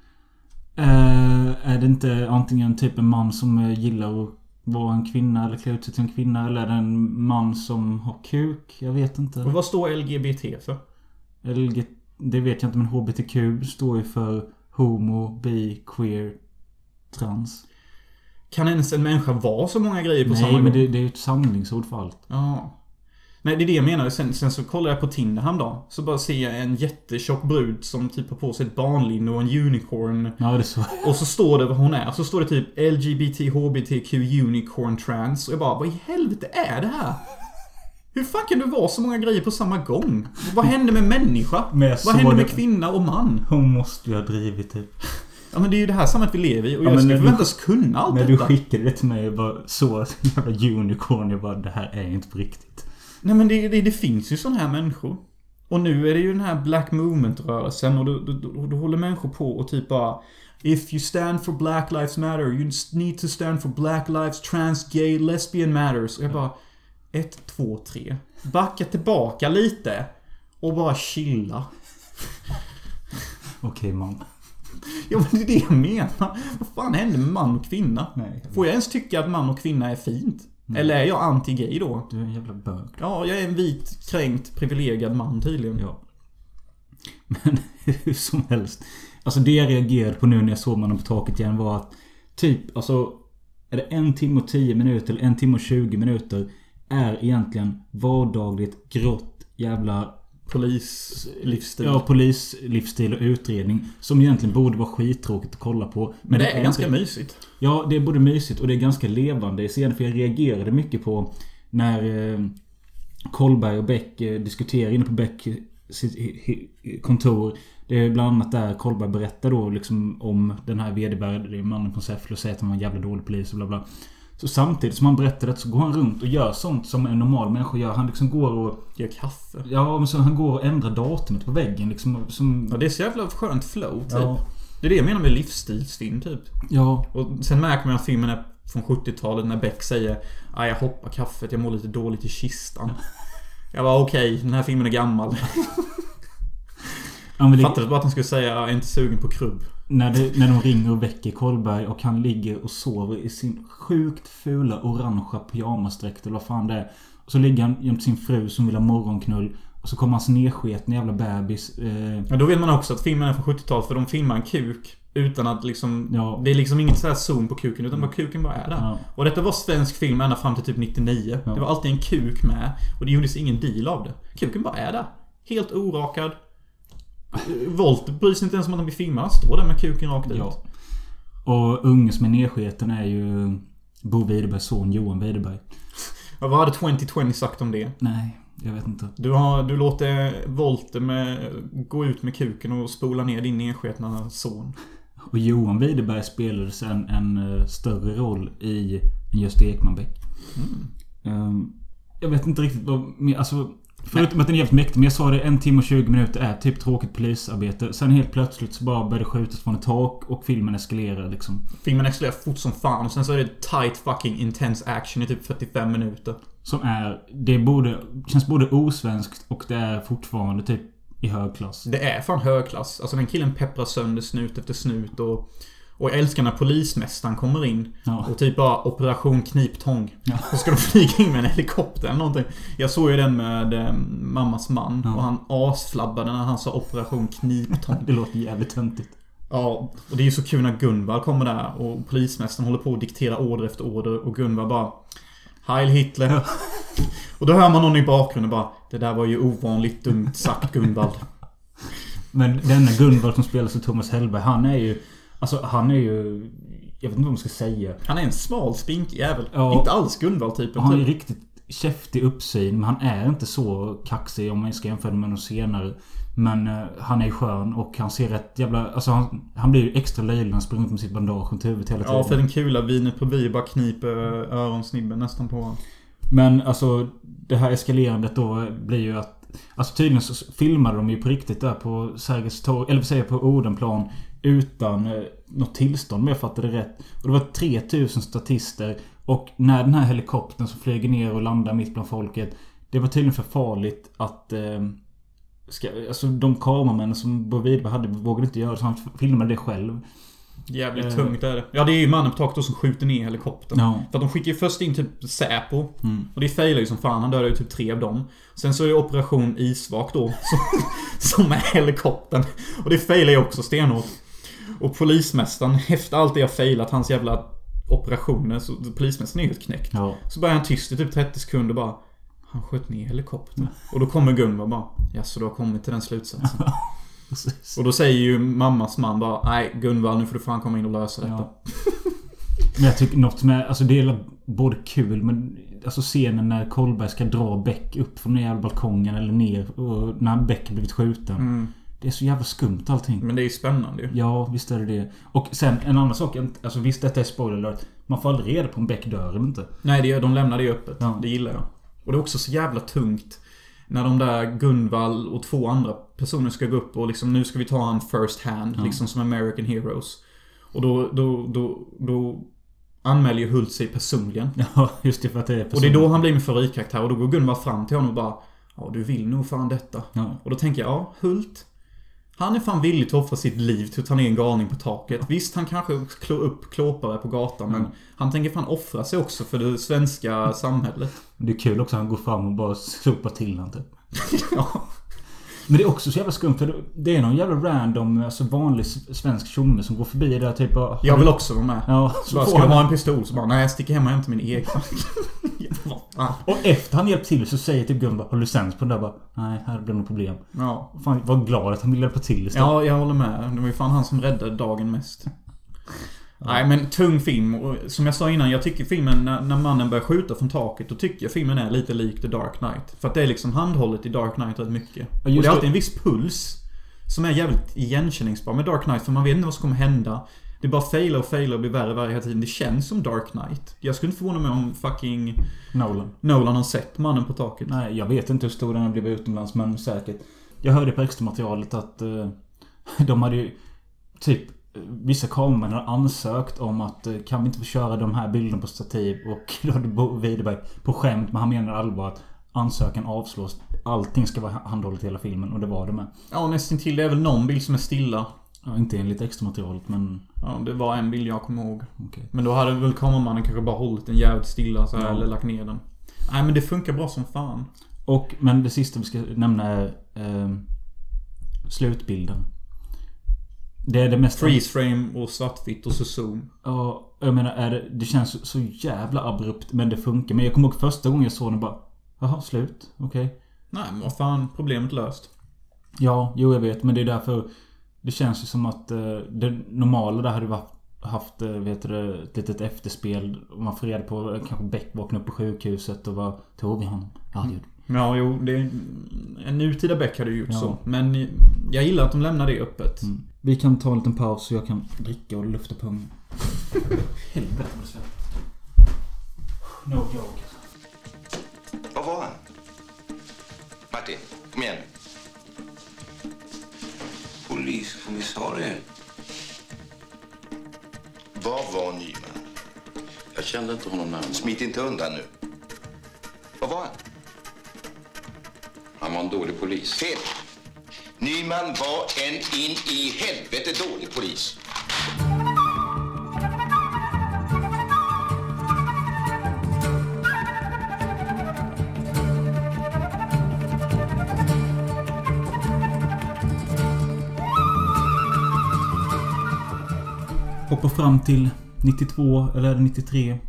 Uh, är det inte antingen typ en man som gillar att vara en kvinna eller klä ut sig till en kvinna, eller är det en man som har kuk? Jag vet inte. Och vad står L G B T för? L G, det vet jag inte, men H B T Q står ju för homo, bi, queer, trans. Kan ens en människa vara så många grejer på Nej, samma gång? men det, det är ju ett samlingsord för allt. Ja. Nej, det är det jag menar. Sen, sen så kollar jag på Tinder häromdagen. Så bara ser jag en jättetjock brud som typ har på sig ett barnlinne och en unicorn. Ja, det är så. Och så står det vad hon är. Så står det typ L G B T H B T Q unicorn trans. Och jag bara, vad i helvete är det här? Hur fan kan du vara så många grejer på samma gång? Vad händer med människa? Vad händer med kvinna och man? Hon måste ju ha drivit typ. Ja, men det är ju det här samhället vi lever i. Och ja, jag ska du, förväntas kunna allt när detta. När du skickade det till mig och bara så jävla unicorn. Jag bara, det här är inte på riktigt. Nej, men det, det, det finns ju sådana här människor. Och nu är det ju den här Black Movement-rörelsen. Och då, då, då, då håller människor på och typ bara, if you stand for Black Lives Matter, you need to stand for Black Lives, Trans, Gay, Lesbian Matters. Och jag bara, ett, två, tre. Backa tillbaka lite. Och bara chilla. Okej, okay, man. Ja, men det är det jag menar. Vad fan händer med man och kvinna? Nej. Får jag ens tycka att man och kvinna är fint? Mm. Eller är jag anti-gay då? Du är en jävla bög. Ja, jag är en vit, kränkt, privilegierad man tydligen. Ja. Men hur som helst. Alltså det jag reagerade på nu när jag såg mannen på taket igen var att typ, alltså är det en timme och tio minuter eller en timme och tjugo minuter är egentligen vardagligt grått jävla polislivsstil. Ja, polislivsstil och utredning som egentligen borde vara skittråkigt att kolla på. Men, men det, det är, är ganska inte... mysigt. Ja, det är både mysigt och det är ganska levande i scenen, för jag reagerade mycket på när eh, Kollberg och Beck eh, diskuterar inne på Beck sitt kontor. Det är bland annat där Kollberg berättar då liksom om den här vedervärdige mannen från Säffle och säger att han var en jävla dålig polis och bla bla. Så samtidigt som han berättar det så går han runt och gör sånt som en normal människa gör. Han liksom går och... Gör kaffe. Ja, men så han går och ändrar datumet på väggen liksom, som... Ja, det är så jävla skönt flow typ. Ja. Det är det jag menar med livsstilsfilm typ. Ja. Och sen märker man att filmen är från sjuttiotalet när Beck säger ah, jag hoppar kaffet, jag mår lite dåligt i kistan. Jag var okej, okay, den här filmen är gammal. Ja, jag fattade bara att han skulle säga jag är inte sugen på krubb. När, det, när de ringer och väcker Kollberg och han ligger och sover i sin sjukt fula orangea pyjamasdräkt eller vad fan det är. Och så ligger han jämte sin fru som vill ha morgonknull. Och så kommer hans nedsketen jävla bebis. Eh... Ja, då vet man också att filmen är från sjuttiotalet. För de filmar en kuk utan att liksom... Ja. Det är liksom inget så här zoom på kuken. Utan bara kuken bara är där. Ja. Och detta var svensk film ända fram till typ nittionio. Ja. Det var alltid en kuk med. Och det gjordes ingen deal av det. Kuken bara är där. Helt orakad. Volt bryr sig inte ens om att de blir filmade. Står där med kuken rakt ut. Ja. Och unges med nedsketen är ju Bo Widerbergs son Johan Widerberg. Ja, vad hade tjugo tjugo sagt om det? Nej, jag vet inte. Du, har, du låter Volte med, gå ut med kuken och spola ner din nedsketna son. Och Johan Widerberg spelade sen en större roll i Gösta Ekman-Bäck. Mm. Um, jag vet inte riktigt vad... Alltså, förutom att den är jävligt mäktig. Men jag sa det, en timme och tjugo minuter är typ tråkigt polisarbete. Sen helt plötsligt så bara började det skjutas från ett tak. Och filmen eskalerar liksom. Filmen eskalerar fort som fan. Och sen så är det tight fucking intense action i typ fyrtiofem minuter. Som är... Det borde, känns både osvenskt och det är fortfarande typ i hög klass. Det är fan högklass. Alltså den killen pepprar sönder snut efter snut. Och, och jag älskar när polismästaren kommer in. Ja. Och typ bara operation kniptång. Ja. Så ska de flyga in med en helikopter eller någonting. Jag såg ju den med eh, mammas man. Ja. Och han asflabbade när han sa operation kniptång. Det låter jävligt töntigt. Ja, och det är ju så kul när Gunvald kommer där. Och polismästaren håller på att diktera order efter order. Och Gunvald bara... Heil Hitler. Ja. Och då hör man någon i bakgrunden bara... Det där var ju ovanligt dumt sagt, Gunvald. Men denna Gunvald som spelas av Thomas Hellberg, han är ju... Alltså han är ju... Jag vet inte vad man ska säga. Han är en smal, spink jävel. Ja, inte alls Gunvald-typen. Han är riktigt käftig uppsyn. Men han är inte så kaxig om man ska jämföra med någon senare. Men uh, han är ju skön och han ser rätt jävla... Alltså han, han blir ju extra löjlig när han springer runt med sitt bandage runt huvudet hela tiden. Ja, för den kula vinet på vi bara kniper öronsnibben nästan på honom. Men alltså det här eskalerandet då blir ju att... Alltså tydligen så filmade de ju på riktigt där på Sergels torg, eller vad säger jag, på Odenplan utan eh, något tillstånd, men jag fattade rätt. Och det var tre tusen statister. Och när den här helikoptern som flyger ner och landar mitt bland folket, det var tydligen för farligt att eh, ska, alltså de kameramännen som Bo Widerberg hade vågade inte göra det, så han filmade det själv. Jävligt eh. tungt är det. Ja, det är ju mannen på taket som skjuter ner helikoptern. Ja. För att de skickar ju först in typ Säpo. Mm. Och det failar ju som fan. Han dödade ju typ tre av dem. Sen så är det operation Isvak då. Som, som är helikoptern. Och det failar ju också stenhårt. Och polismästaren, efter allt det har failat, hans jävla operationer, så polismästaren är helt knäckt. Ja. Så börjar han tyst i typ trettio sekunder bara... Han sköt ner helikoptern. Mm. Och då kommer Gunvald bara... Ja, så du har kommit till den slutsatsen. Och då säger ju mammas man bara... Nej, Gunvald, nu får du fan komma in och lösa detta. Ja. Men jag tycker något med... Alltså det är både kul, men... Alltså scenen när Kollberg ska dra Beck upp från den jävla balkongen eller ner. Och när Beck har blivit skjuten. Mm. Det är så jävla skumt allting. Men det är ju spännande ju. Ja, visst är det det. Och sen en annan sak. Alltså visst, detta är spoiler alert. Man får aldrig reda på om Beck dör eller inte. Nej, det, de lämnar det öppet. Ja. Det gillar jag. Och det är också så jävla tungt. När de där Gunvald och två andra personer ska gå upp och liksom, nu ska vi ta han first hand. Ja. Liksom som American Heroes. Och då, då, då, då anmäler ju Hult sig personligen. Ja, just det, för att det är personligen. Och det är då han blir med favoritkaraktär. Och då går Gunvald fram till honom och bara... Ja, du vill nog fan detta. Ja. Och då tänker jag, ja, Hult... Han är fan villig att offra sitt liv till att ta ner en galning på taket. Visst, han kanske klår upp klåpare på gatan. Mm. Men han tänker fan offra sig också för det svenska samhället. Det är kul också att han går fram och bara sopar till han typ. Ja. Men det är också så jävla skumt. För det är någon jävla random, alltså vanlig svensk tjomme som går förbi där typ bara, jag vill också vara med. Ja, så bara, ska han ha en pistol? Så bara, nej, jag sticker hemma hem till min egen. Och efter han hjälpt till så säger typ Gunvald, har du licens på den där? Bara, nej, här blir det något problem. Ja. Fan, var glad att han ville hjälpa till istället. Ja, jag håller med. Det var ju fan han som räddade dagen mest. Ja. Nej, men tung film. Och som jag sa innan, jag tycker filmen, när, när mannen börjar skjuta från taket, då tycker jag filmen är lite lik The Dark Knight. För att det är liksom handhållet i Dark Knight rätt mycket. Och det är alltid en viss puls som är jävligt igenkänningsbar med Dark Knight, för man vet inte vad som kommer hända. Det bara failar och failar och blir värre varje tiden. Det känns som Dark Knight. Jag skulle inte förvåna mig om fucking Nolan Nolan har sett mannen på taket. Nej, jag vet inte hur stor den har blivit utomlands, men säkert. Jag hörde på extra materialet att uh, de hade ju typ vissa kameror har ansökt om att uh, kan vi inte få köra de här bilderna på stativ, och då hade Bo Widerberg på skämt, men han menar allvar att ansökan avslås. Allting ska vara handhållet i hela filmen, och det var det med. Ja, nästan till det är väl någon bild som är stilla. Ja, inte enligt extra materialet, men... Ja, det var en bild jag kommer ihåg. Okay. Men då hade väl kameramannen kanske bara hållit den jävligt stilla så här, ja. eller lagt ner den. Nej, men det funkar bra som fan. Och, men det sista vi ska nämna är eh, slutbilden. Det är det mest... Freeze frame och svartvitt och så zoom. Ja, jag menar, är det, det känns så jävla abrupt, men det funkar. Men jag kommer ihåg första gången jag såg den bara... Jaha, slut. Okej. Okay. Nej, men vad fan, problemet löst. Ja, jo jag vet, men det är därför... Det känns ju som att eh, det normala där hade varit, haft eh, vet du, ett litet efterspel. Och man får reda på eh, kanske Beck vaknade upp på sjukhuset och var tog vi honom. Ja, det gjorde vi. Ja, jo, det är, en nutida Beck hade ju gjort ja. så. Men jag gillar att de lämnar det öppet. Mm. Vi kan ta en liten paus så jag kan dricka och lufta pungen. Helvete vad det svettas. No joke. Vad var han? Martin, kom igen. Poliskommissarie. Vad var Nyman? Jag kände inte honom närmare. Smit inte undan nu. Vad var han? Han var en dålig polis. Fel. Nyman var en in i helvete dålig polis. Hoppar fram till nittiotvå eller nittiotre.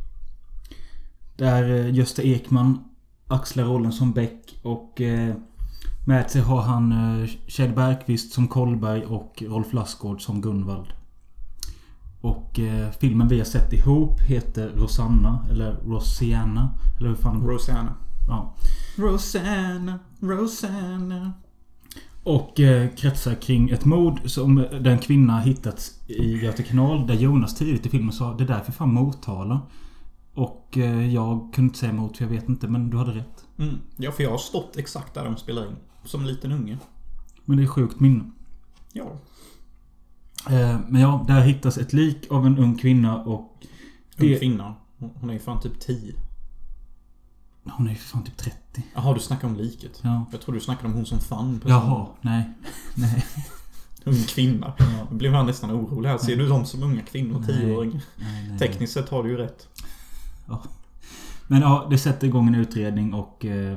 Där Gösta Ekman axlar rollen som Beck. Och eh, med sig har han eh, Kjell Bergqvist som Kollberg och Rolf Lassgård som Gunvald. Och eh, filmen vi har sett ihop heter Rosanna. Eller Rosanna. Eller hur fan? Rosanna. Ja. Rosanna, Rosanna. Och eh, kretsar kring ett mord som den kvinna hittats i Göta kanal. Där Jonas tidigt i filmen sa det där för fan Motala. Och eh, jag kunde inte säga emot för jag vet inte, men du hade rätt. Mm. Ja, för jag har stått exakt där de spelar in. Som en liten unge. Men det är sjukt minne. Ja. Eh, men ja, där hittas ett lik av en ung kvinna och... Det... Ung kvinna? Hon är ju fan typ tio. Hon är ju fan typ trettio. Jaha, du snackar om liket. Ja. Jag tror du snackar om hon som fann. Jaha, nej. Nej. Ung kvinna. Ja. Då blev han nästan orolig här. Ser du dem som unga kvinnor, tioåring? Tekniskt sett har du ju rätt. Ja. Men ja, det sätter igång en utredning och eh,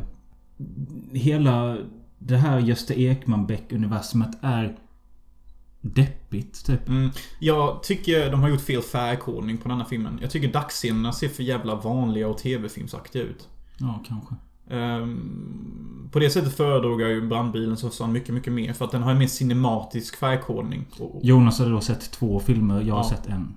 hela det här Gösta Ekman-Beck-universumet är deppigt typ. Mm. Jag tycker de har gjort fel färgkodning på den här filmen. Jag tycker dagsscenerna ser för jävla vanliga och tv-filmsaktiga ut. Ja, kanske. Um, på det sättet föredrog jag ju brandbilen så sa mycket, mycket mer. För att den har en mer cinematisk färgkodning. Jonas hade då sett två filmer, jag har ja. sett en.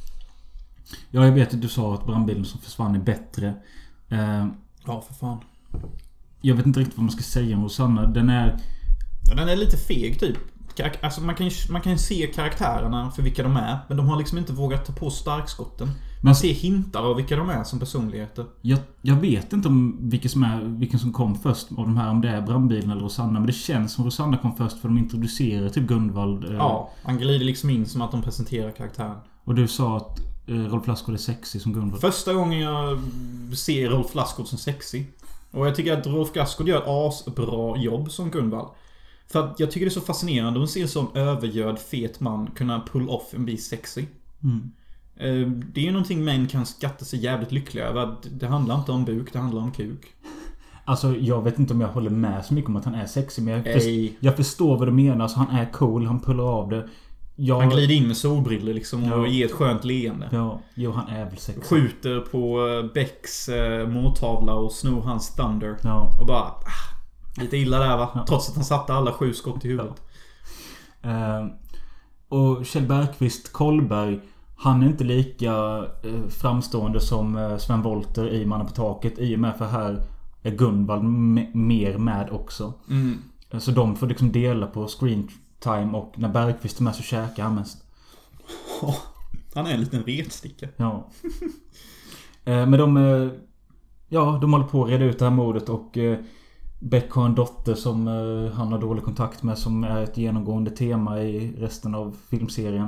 Ja, jag vet att du sa att brandbilen som försvann är bättre. Uh, ja, för fan. Jag vet inte riktigt vad man ska säga om Rosanna. Den är... Ja, den är lite feg typ. Alltså man kan, man kan se karaktärerna för vilka de är. Men de har liksom inte vågat ta på starkskotten. Man ser hintar av vilka de är som personligheter. Jag, jag vet inte om vilken som, är, vilken som kom först av de här. Om det är brandbilen eller Rosanna. Men det känns som Rosanna kom först för de introducerar typ Gunvald. Ja, han glider liksom in som att de presenterar karaktären. Och du sa att eh, Rolf Lassgård är sexig som Gunvald. Första gången jag ser Rolf Lassgård som sexig. Och jag tycker att Rolf Lassgård gör ett asbra jobb som Gunvald. För att jag tycker det är så fascinerande att se en sån övergörd fet man kunna pull off en bit sexy. Mm. Det är ju någonting män kan skatta sig jävligt lyckliga över. Det handlar inte om buk, det handlar om kuk. Alltså jag vet inte om jag håller med så mycket om att han är sexig. Men jag, först, jag förstår vad du menar. Alltså, han är cool, han pullar av det. Jag... Han glider in med solbriller liksom och ja. ger ett skönt leende. Ja, jo han är väl sexig. Skjuter på Becks eh, måltavla och snor hans thunder. Ja. Och bara... Ah, lite illa där va? Ja. Trots att han satte alla sju skott i huvudet. Ja. Uh, och Kjell Bergqvist Kollberg, han är inte lika uh, framstående som uh, Sven Wollter i Mannen på taket. I och med för här är Gunvald m- mer med också. Mm. Uh, så de får liksom dela på screen time. Och när Bergqvist är med så käkar han mest. Oh, han är en liten retsticka. Ja. uh, men de... Uh, ja, de håller på att reda ut det här mordet och... Uh, Beck har en dotter som uh, han har dålig kontakt med, som är ett genomgående tema i resten av filmserien.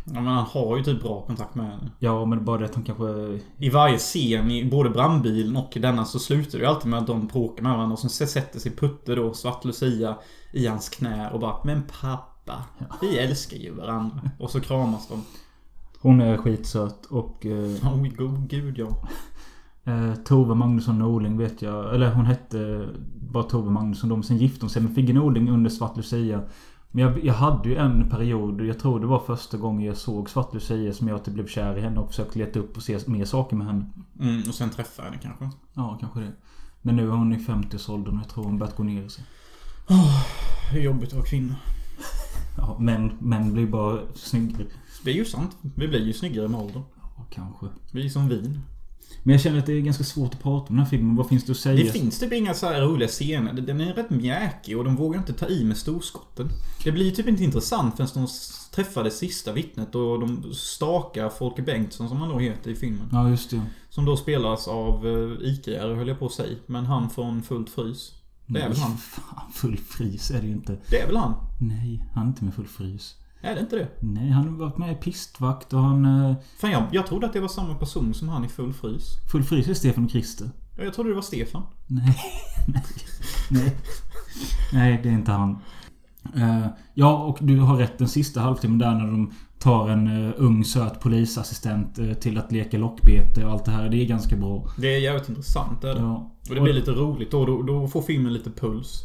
Ja, men han har ju typ bra kontakt med henne. Ja, men bara det att han kanske... I varje scen, i både brandbilen och i denna, så slutar det ju alltid med att de bråkar med varandra. Och så sätter sig Putte då, Svart Lucia, i hans knä och bara, men pappa, vi älskar ju varandra. Och så kramas de. Hon är skitsöt och... Eh, oh, god gud, ja. eh, Tove Magnusson Norling vet jag... Eller hon hette bara Tove Magnusson. De sen gifte de sig med Figge Norling under Svart Lucia. Men jag, jag hade ju en period, jag tror det var första gången jag såg Svart Lucia, som jag att blev kär i henne och försökte leta upp och se mer saker med henne. Mm, och sen träffa henne kanske. Ja, kanske det. Men nu är hon i femtioårsåldern och jag tror hon börjat gå ner sig. Oh, hur jobbigt att vara kvinna. Ja, men, men blir bara snyggare. Det är ju sant. Vi blir ju snyggare med åldern. Ja, kanske. Vi är som vin. Men jag känner att det är ganska svårt att prata om den här filmen. Vad finns det att säga? Det finns typ inga så här roliga scener. Den är rätt mjäkig och de vågar inte ta i med storskotten. Det blir typ inte intressant förrän de träffar det sista vittnet och de stakar Folke Bengtsson, som han då heter i filmen. Ja, just det. Som då spelas av Ike, höll jag på att säga. Men han från Fullt frys. Det är väl han. Fan, Full frys är det ju inte. Det är väl han. Nej, han är inte med Full frys. Är det inte det? Nej, han har varit med i Pistvakt och han... Fan, jag, jag trodde att det var samma person som han i Full frys. Full frys är Stefan och Christer. Ja, jag trodde det var Stefan. Nej, nej, nej. Nej, det är inte han. Uh, ja, och du har rätt, den sista halvtimmen där när de tar en uh, ung söt polisassistent uh, till att leka lockbete och allt det här. Det är ganska bra. Det är jävligt intressant, är det? Ja. Och det blir lite roligt då, då, då får filmen lite puls.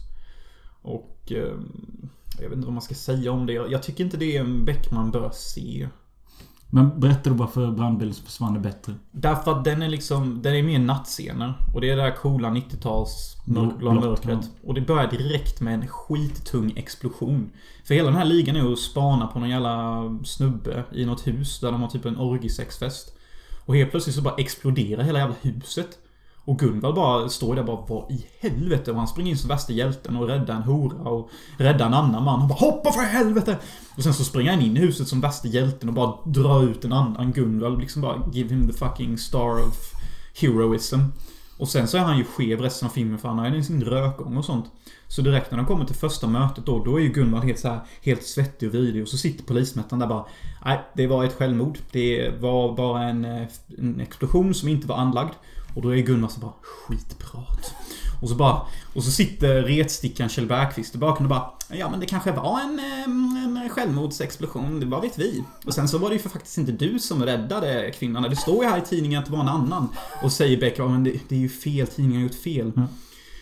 Och uh, jag vet inte vad man ska säga om det. Jag tycker inte det är en Beckman bör se. Men berätta då bara för brandbilen som försvann det bättre. Därför att den är liksom, den är mer nattscener. Och det är det där coola nittio-tals mörkblå mörkret. Och det börjar direkt med en skittung explosion. För hela den här ligan är att spana på någon jävla snubbe i något hus där de har typ en orgisexfest. Och helt plötsligt så bara exploderar hela jävla huset. Och Gunvald bara står där bara, vad i helvete? Och han springer in som värsta hjälten och räddar en hora och räddar en annan man. Han bara, hoppa för helvete! Och sen så springer han in i huset som värsta hjälten och bara drar ut en annan Gunvald. Liksom bara, give him the fucking star of heroism. Och sen så är han ju skev resten av filmen, för han har ju sin rökgång och sånt. Så direkt när de kommer till första mötet då, då är ju Gunvald helt så här, helt svettig och vidrig. Och så sitter polismästaren där bara, nej, det var ett självmord. Det var bara en, en explosion som inte var anlagd. Och då är Gunvald så bara, skitprat. Och så bara, och så sitter retstickan Kjell Bergqvist i baken och bara, ja men det kanske var en, en självmordsexplosion, det vad vet vi. Och sen så var det ju för faktiskt inte du som räddade kvinnan. Det står ju här i tidningen att det var en annan. Och säger Beck, ja men det, det är ju fel, tidningen har gjort fel. Mm.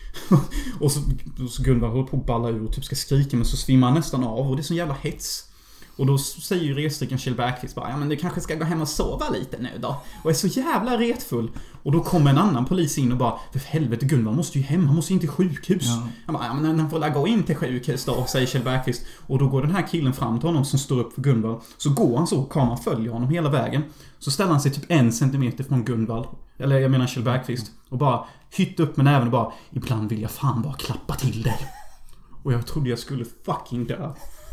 Och så, så Gunvald håller på att balla ur och typ ska skrika, men så svimmar han nästan av. Och det är sån jävla hets. Och då säger ju resstricken Kjell Bergqvist bara, ja men du kanske ska gå hem och sova lite nu då. Och är så jävla retfull. Och då kommer en annan polis in och bara, för helvete Gunvald måste ju hem, han måste ju inte till sjukhus. Ja. Han bara, ja men han får la gå in till sjukhus då, säger Kjell Bergqvist. Och då går den här killen fram till honom som står upp för Gunvald. Så går han så, kameran följer honom hela vägen. Så ställer han sig typ en centimeter från Gunvald. Eller jag menar Kjell Bergqvist. Och bara hytt upp med näven och bara, ibland vill jag fan bara klappa till dig. Och jag trodde jag skulle fucking dö.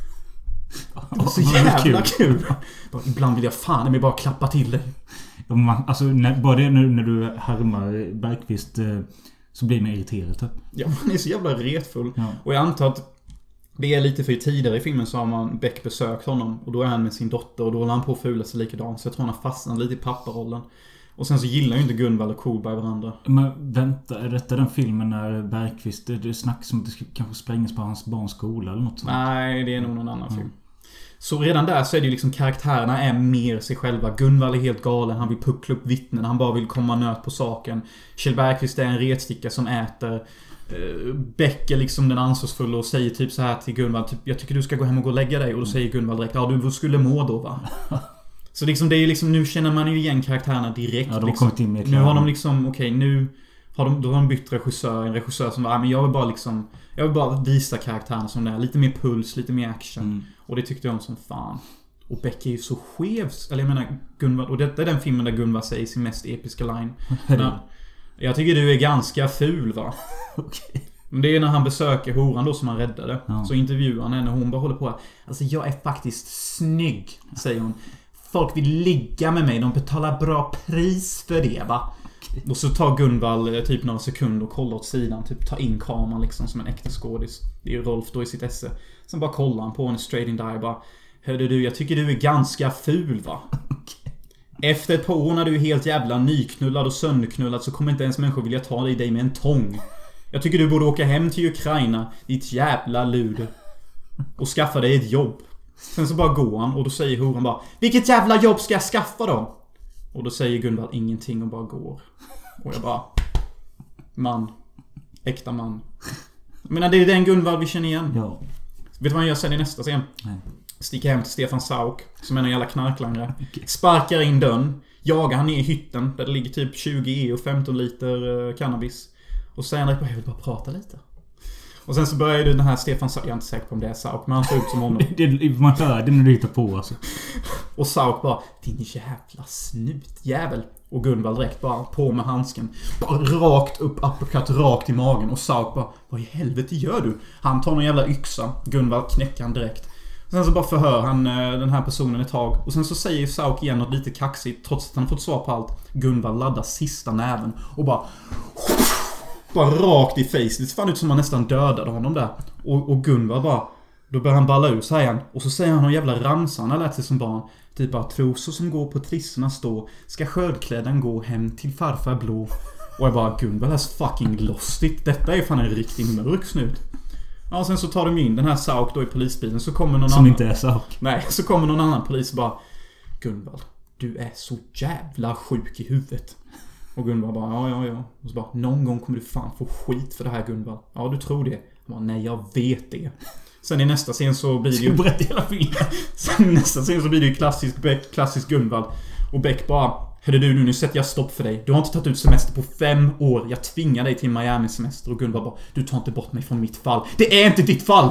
Det var så jävla kul. Bara, ibland vill jag fan men bara klappa till dig. Ja, man, alltså när, bara det nu när du härmar Bergqvist eh, så blir man irriterad typ. Ja, man är så jävla retfull. Ja. Och jag antar att det är lite för tidigare i filmen så har man Beck besökt honom. Och då är han med sin dotter och då håller han på att fula sig likadant. Så jag tror han har fastnat lite i papparollen. Och sen så gillar ju inte Gunvald och Kohlberg varandra. Men vänta, är detta den filmen när Bergqvist, det, det snackas om att det kanske sprängs på hans barns skola eller något sånt? Nej, det är nog någon annan mm. film. Så redan där så är det ju liksom, karaktärerna är mer sig själva. Gunvald är helt galen, han vill puckla upp vittnen, han bara vill komma nöt på saken. Kjell Bergqvist är en retsticka som äter. Beck är liksom den ansvarsfulla och säger typ så här till Gunvald, typ, jag tycker du ska gå hem och gå och lägga dig. Och då säger Gunvald direkt, ja du skulle må då va? Så liksom det är liksom, nu känner man ju igen karaktärerna direkt. Ja, de har liksom. kommit in med nu har de liksom, okej okay, nu har de, då har de bytt regissör. En regissör som var, men jag vill bara liksom, jag vill bara visa karaktärerna som det är. Lite mer puls, lite mer action. Mm. Och det tyckte jag om som fan. Och Beck är ju så skev. Eller jag menar Gunvald, och detta är den filmen där Gunvald säger sin mest episka line. när, jag tycker du är ganska ful va? Okej. Men det är när han besöker horan då som han räddade. Ja. Så intervjuar han henne och hon bara håller på. Alltså jag är faktiskt snygg, säger hon. Folk vill ligga med mig, de betalar bra pris för det va? Okay. Och så tar Gunvald typ några sekunder och kollar åt sidan. Typ tar in kameran liksom som en äkta skådis. Det är ju Rolf då i sitt esse. Sen bara kollar han på henne straight in die bara, Hörde du, jag tycker du är ganska ful va? Efter ett par år när du är helt jävla nyknullad och sönderknullad så kommer inte ens människor vilja ta dig, dig med en tång. Jag tycker du borde åka hem till Ukraina, ditt jävla luder. Och skaffa dig ett jobb. Sen så bara går han och då säger horan bara: vilket jävla jobb ska jag skaffa då? Och då säger Gunvald ingenting och bara går. Och jag bara: man. Äkta man. Men det är den Gunvald vi känner igen. Ja. Vet du vad han gör sen i nästa scen? Nej. Sticker hem till Stefan Sauk, som är en jävla knarklangare. Sparkar in dörren. Jagar han ner i hytten där det ligger typ tjugo e och femton liter cannabis. Och säger han: jag vill bara prata lite. Och sen så börjar ju den här Stefan Sauk, jag är inte säker på om det är Sauk, men han ser ut som honom. det, man hör det när du hittar på alltså. Och Sauk bara: din jävla snutjävel. Och Gunvald direkt bara på med handsken. Bara rakt upp, uppercut, rakt i magen. Och Sauk bara: vad i helvete gör du? Han tar någon jävla yxa. Gunvald knäcker han direkt. Sen så bara förhör han den här personen ett tag. Och sen så säger Sauk igen något lite kaxigt, trots att han fått svar på allt. Gunvald laddar sista näven och bara bara rakt i face. Det ser fan ut som man nästan dödade honom där. Och, och Gunvald bara, då börjar han balla ur, säger han. Och så säger han någon jävla ramsa. Han har lärt sig som barn. Typ bara: trosor som går på trissorna stå, ska skördklädden gå hem till farfar blå. Och jag bara: Gunvald has fucking lost it. Detta är fan en riktig mörk snut. Ja, och sen så tar de in den här Sauk då i polisbilen. Så kommer någon som annan. Som inte är Sauk. Nej, så kommer någon annan polis och bara: Gunvald, du är så jävla sjuk i huvudet. Och Gunvald bara: ja, ja, ja. Och så bara: någon gång kommer du fan få skit för det här, Gunvald. Ja, du tror det. Jag bara: nej, jag vet det. Sen i nästa scen så blir det ju... berätta hela filmen. Sen i nästa scen så blir det ju klassisk Beck, klassisk Gunvald. Och Beck bara: hörde du, nu, nu sätter jag stopp för dig. Du har inte tagit ut semester på fem år. Jag tvingar dig till Miami-semester. Och Gunvald bara: du tar inte bort mig från mitt fall. Det är inte ditt fall!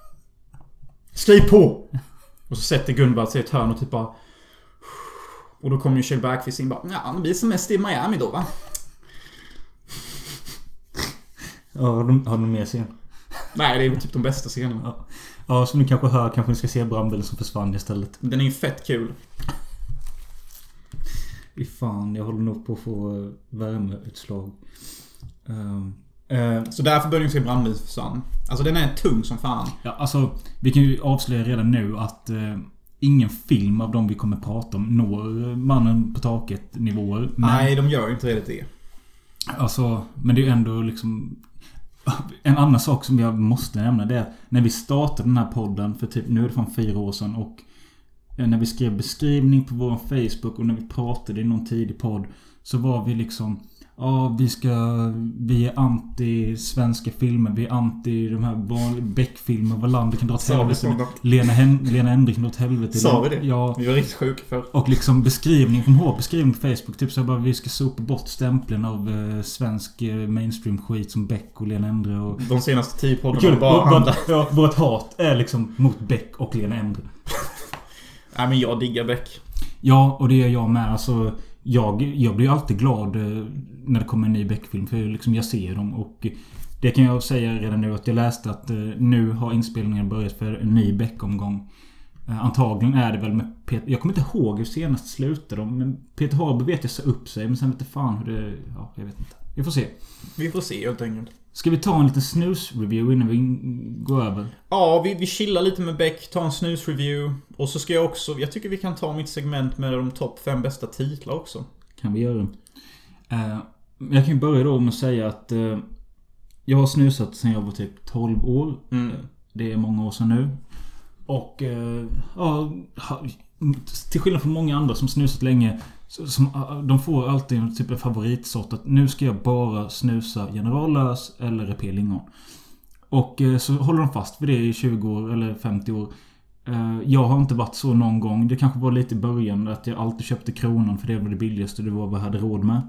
Skriv på! Och så sätter Gunvald sig i ett hörn och typ bara... Och då kommer ju Kjell Bergqvist in bara: ja, det blir semester i Miami då va? Ja, har de, har de mer scen? Nej, det är typ de bästa scenerna. Ja. Ja, som ni kanske hör, kanske ni ska se brandbilen som försvann istället. Den är ju fett kul. I fan, jag håller nog på att få värmeutslag. Um, uh, Så därför börjar ni se brandbilen försvann. Alltså den är tung som fan. Ja, alltså vi kan ju avslöja redan nu att uh, ingen film av dem vi kommer prata om når mannen på taket nivåer. Men, nej, de gör ju inte redan det. Alltså, men det är ju ändå liksom... En annan sak som jag måste nämna, det är att när vi startade den här podden för typ, nu är det fan fyra år sedan, och när vi skrev beskrivning på vår Facebook och när vi pratade i någon tidig podd, så var vi liksom: ja, vi ska vi är anti svenska filmer, vi är anti de här Beck-filmer, vad landet kan dra åt helvete. Lena, Hen- Lena Henrik kan dra åt helvete. Sa vi det? Ja. Vi var riktigt sjuka för. Och liksom beskrivning, kom ihåg beskrivning på Facebook, typ så bara: vi ska sopa bort stämpeln av eh, svensk eh, mainstream skit som Beck och Lena Endre och... De senaste tio poddarna Kul, bara handlar. Ja, vårt hat är liksom mot Beck och Lena Endre. Nej, men jag diggar Beck. Ja, och det gör jag med. Alltså, jag, jag blir alltid glad när det kommer en ny Beck-film, för liksom jag ser dem. Och det kan jag säga redan nu, att jag läste att nu har inspelningen börjat för en ny Beck-omgång. Antagligen är det väl med Peter... Jag kommer inte ihåg hur senast slutade de, men Peter Haber vet jag sa upp sig, men sen vet inte fan hur det... Ja, jag vet inte. Vi får se. Vi får se helt enkelt. Ska vi ta en liten snus-review innan vi går över? Ja, vi, vi chillar lite med Beck, tar en snus-review. Och så ska jag också... Jag tycker vi kan ta mitt segment med de topp fem bästa titlar också. Kan vi göra. Uh, jag kan börja då med att säga att uh, jag har snusat sedan jag var typ tolv år. Mm. Det är många år sedan nu. Och uh, ja, till skillnad från många andra som snusat länge, som, de får alltid en typ av favoritsort, att nu ska jag bara snusa Generallös eller Repé Lingon. Och så håller de fast vid det i tjugo år eller femtio år. Jag har inte varit så någon gång. Det kanske var lite i början att jag alltid köpte Kronan för det var det billigaste, det var vad jag hade råd med.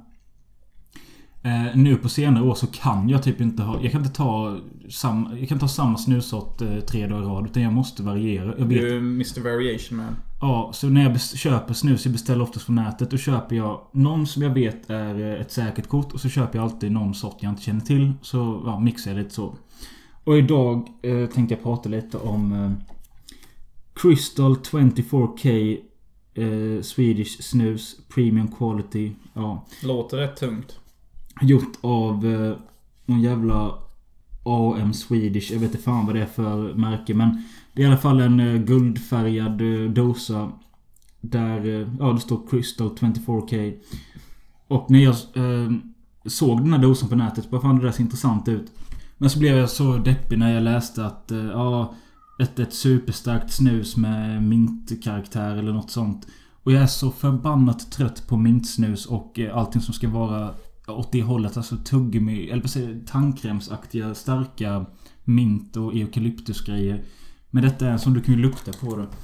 Eh, nu på senare år så kan jag typ inte ha... Jag kan inte ta samma, jag kan ta samma snusort eh, tre dagar i rad, utan jag måste variera. Jag vet, du är mister Variation Man. Ja, så när jag bes- köper snus, jag beställer oftast från nätet, då köper jag någon som jag vet är ett säkert kort, och så köper jag alltid någon sort jag inte känner till. Så ja, mixar jag lite så. Och idag eh, tänkte jag prata lite om eh, Crystal tjugofyra K eh, Swedish snus Premium Quality. Ja. Låter rätt tungt. Gjort av eh, någon jävla A M Swedish. Jag vet inte fan vad det är för märke, men Det är i alla fall en uh, guldfärgad uh, dosa. Där uh, ja, det står Crystal tjugofyra K. Och när jag uh, såg den här dosan på nätet, bara fann det där så intressant ut. Men så blev jag så deppig när jag läste att uh, ja, ett, ett superstarkt snus med mintkaraktär eller något sånt. Och jag är så förbannat trött på mintsnus och uh, allting som ska vara åt det hållet, alltså tuggummi, eller vad säger tandkrämsaktiga, starka mint och eukalyptusgrejer. Men detta är som du kan ju lukta på det.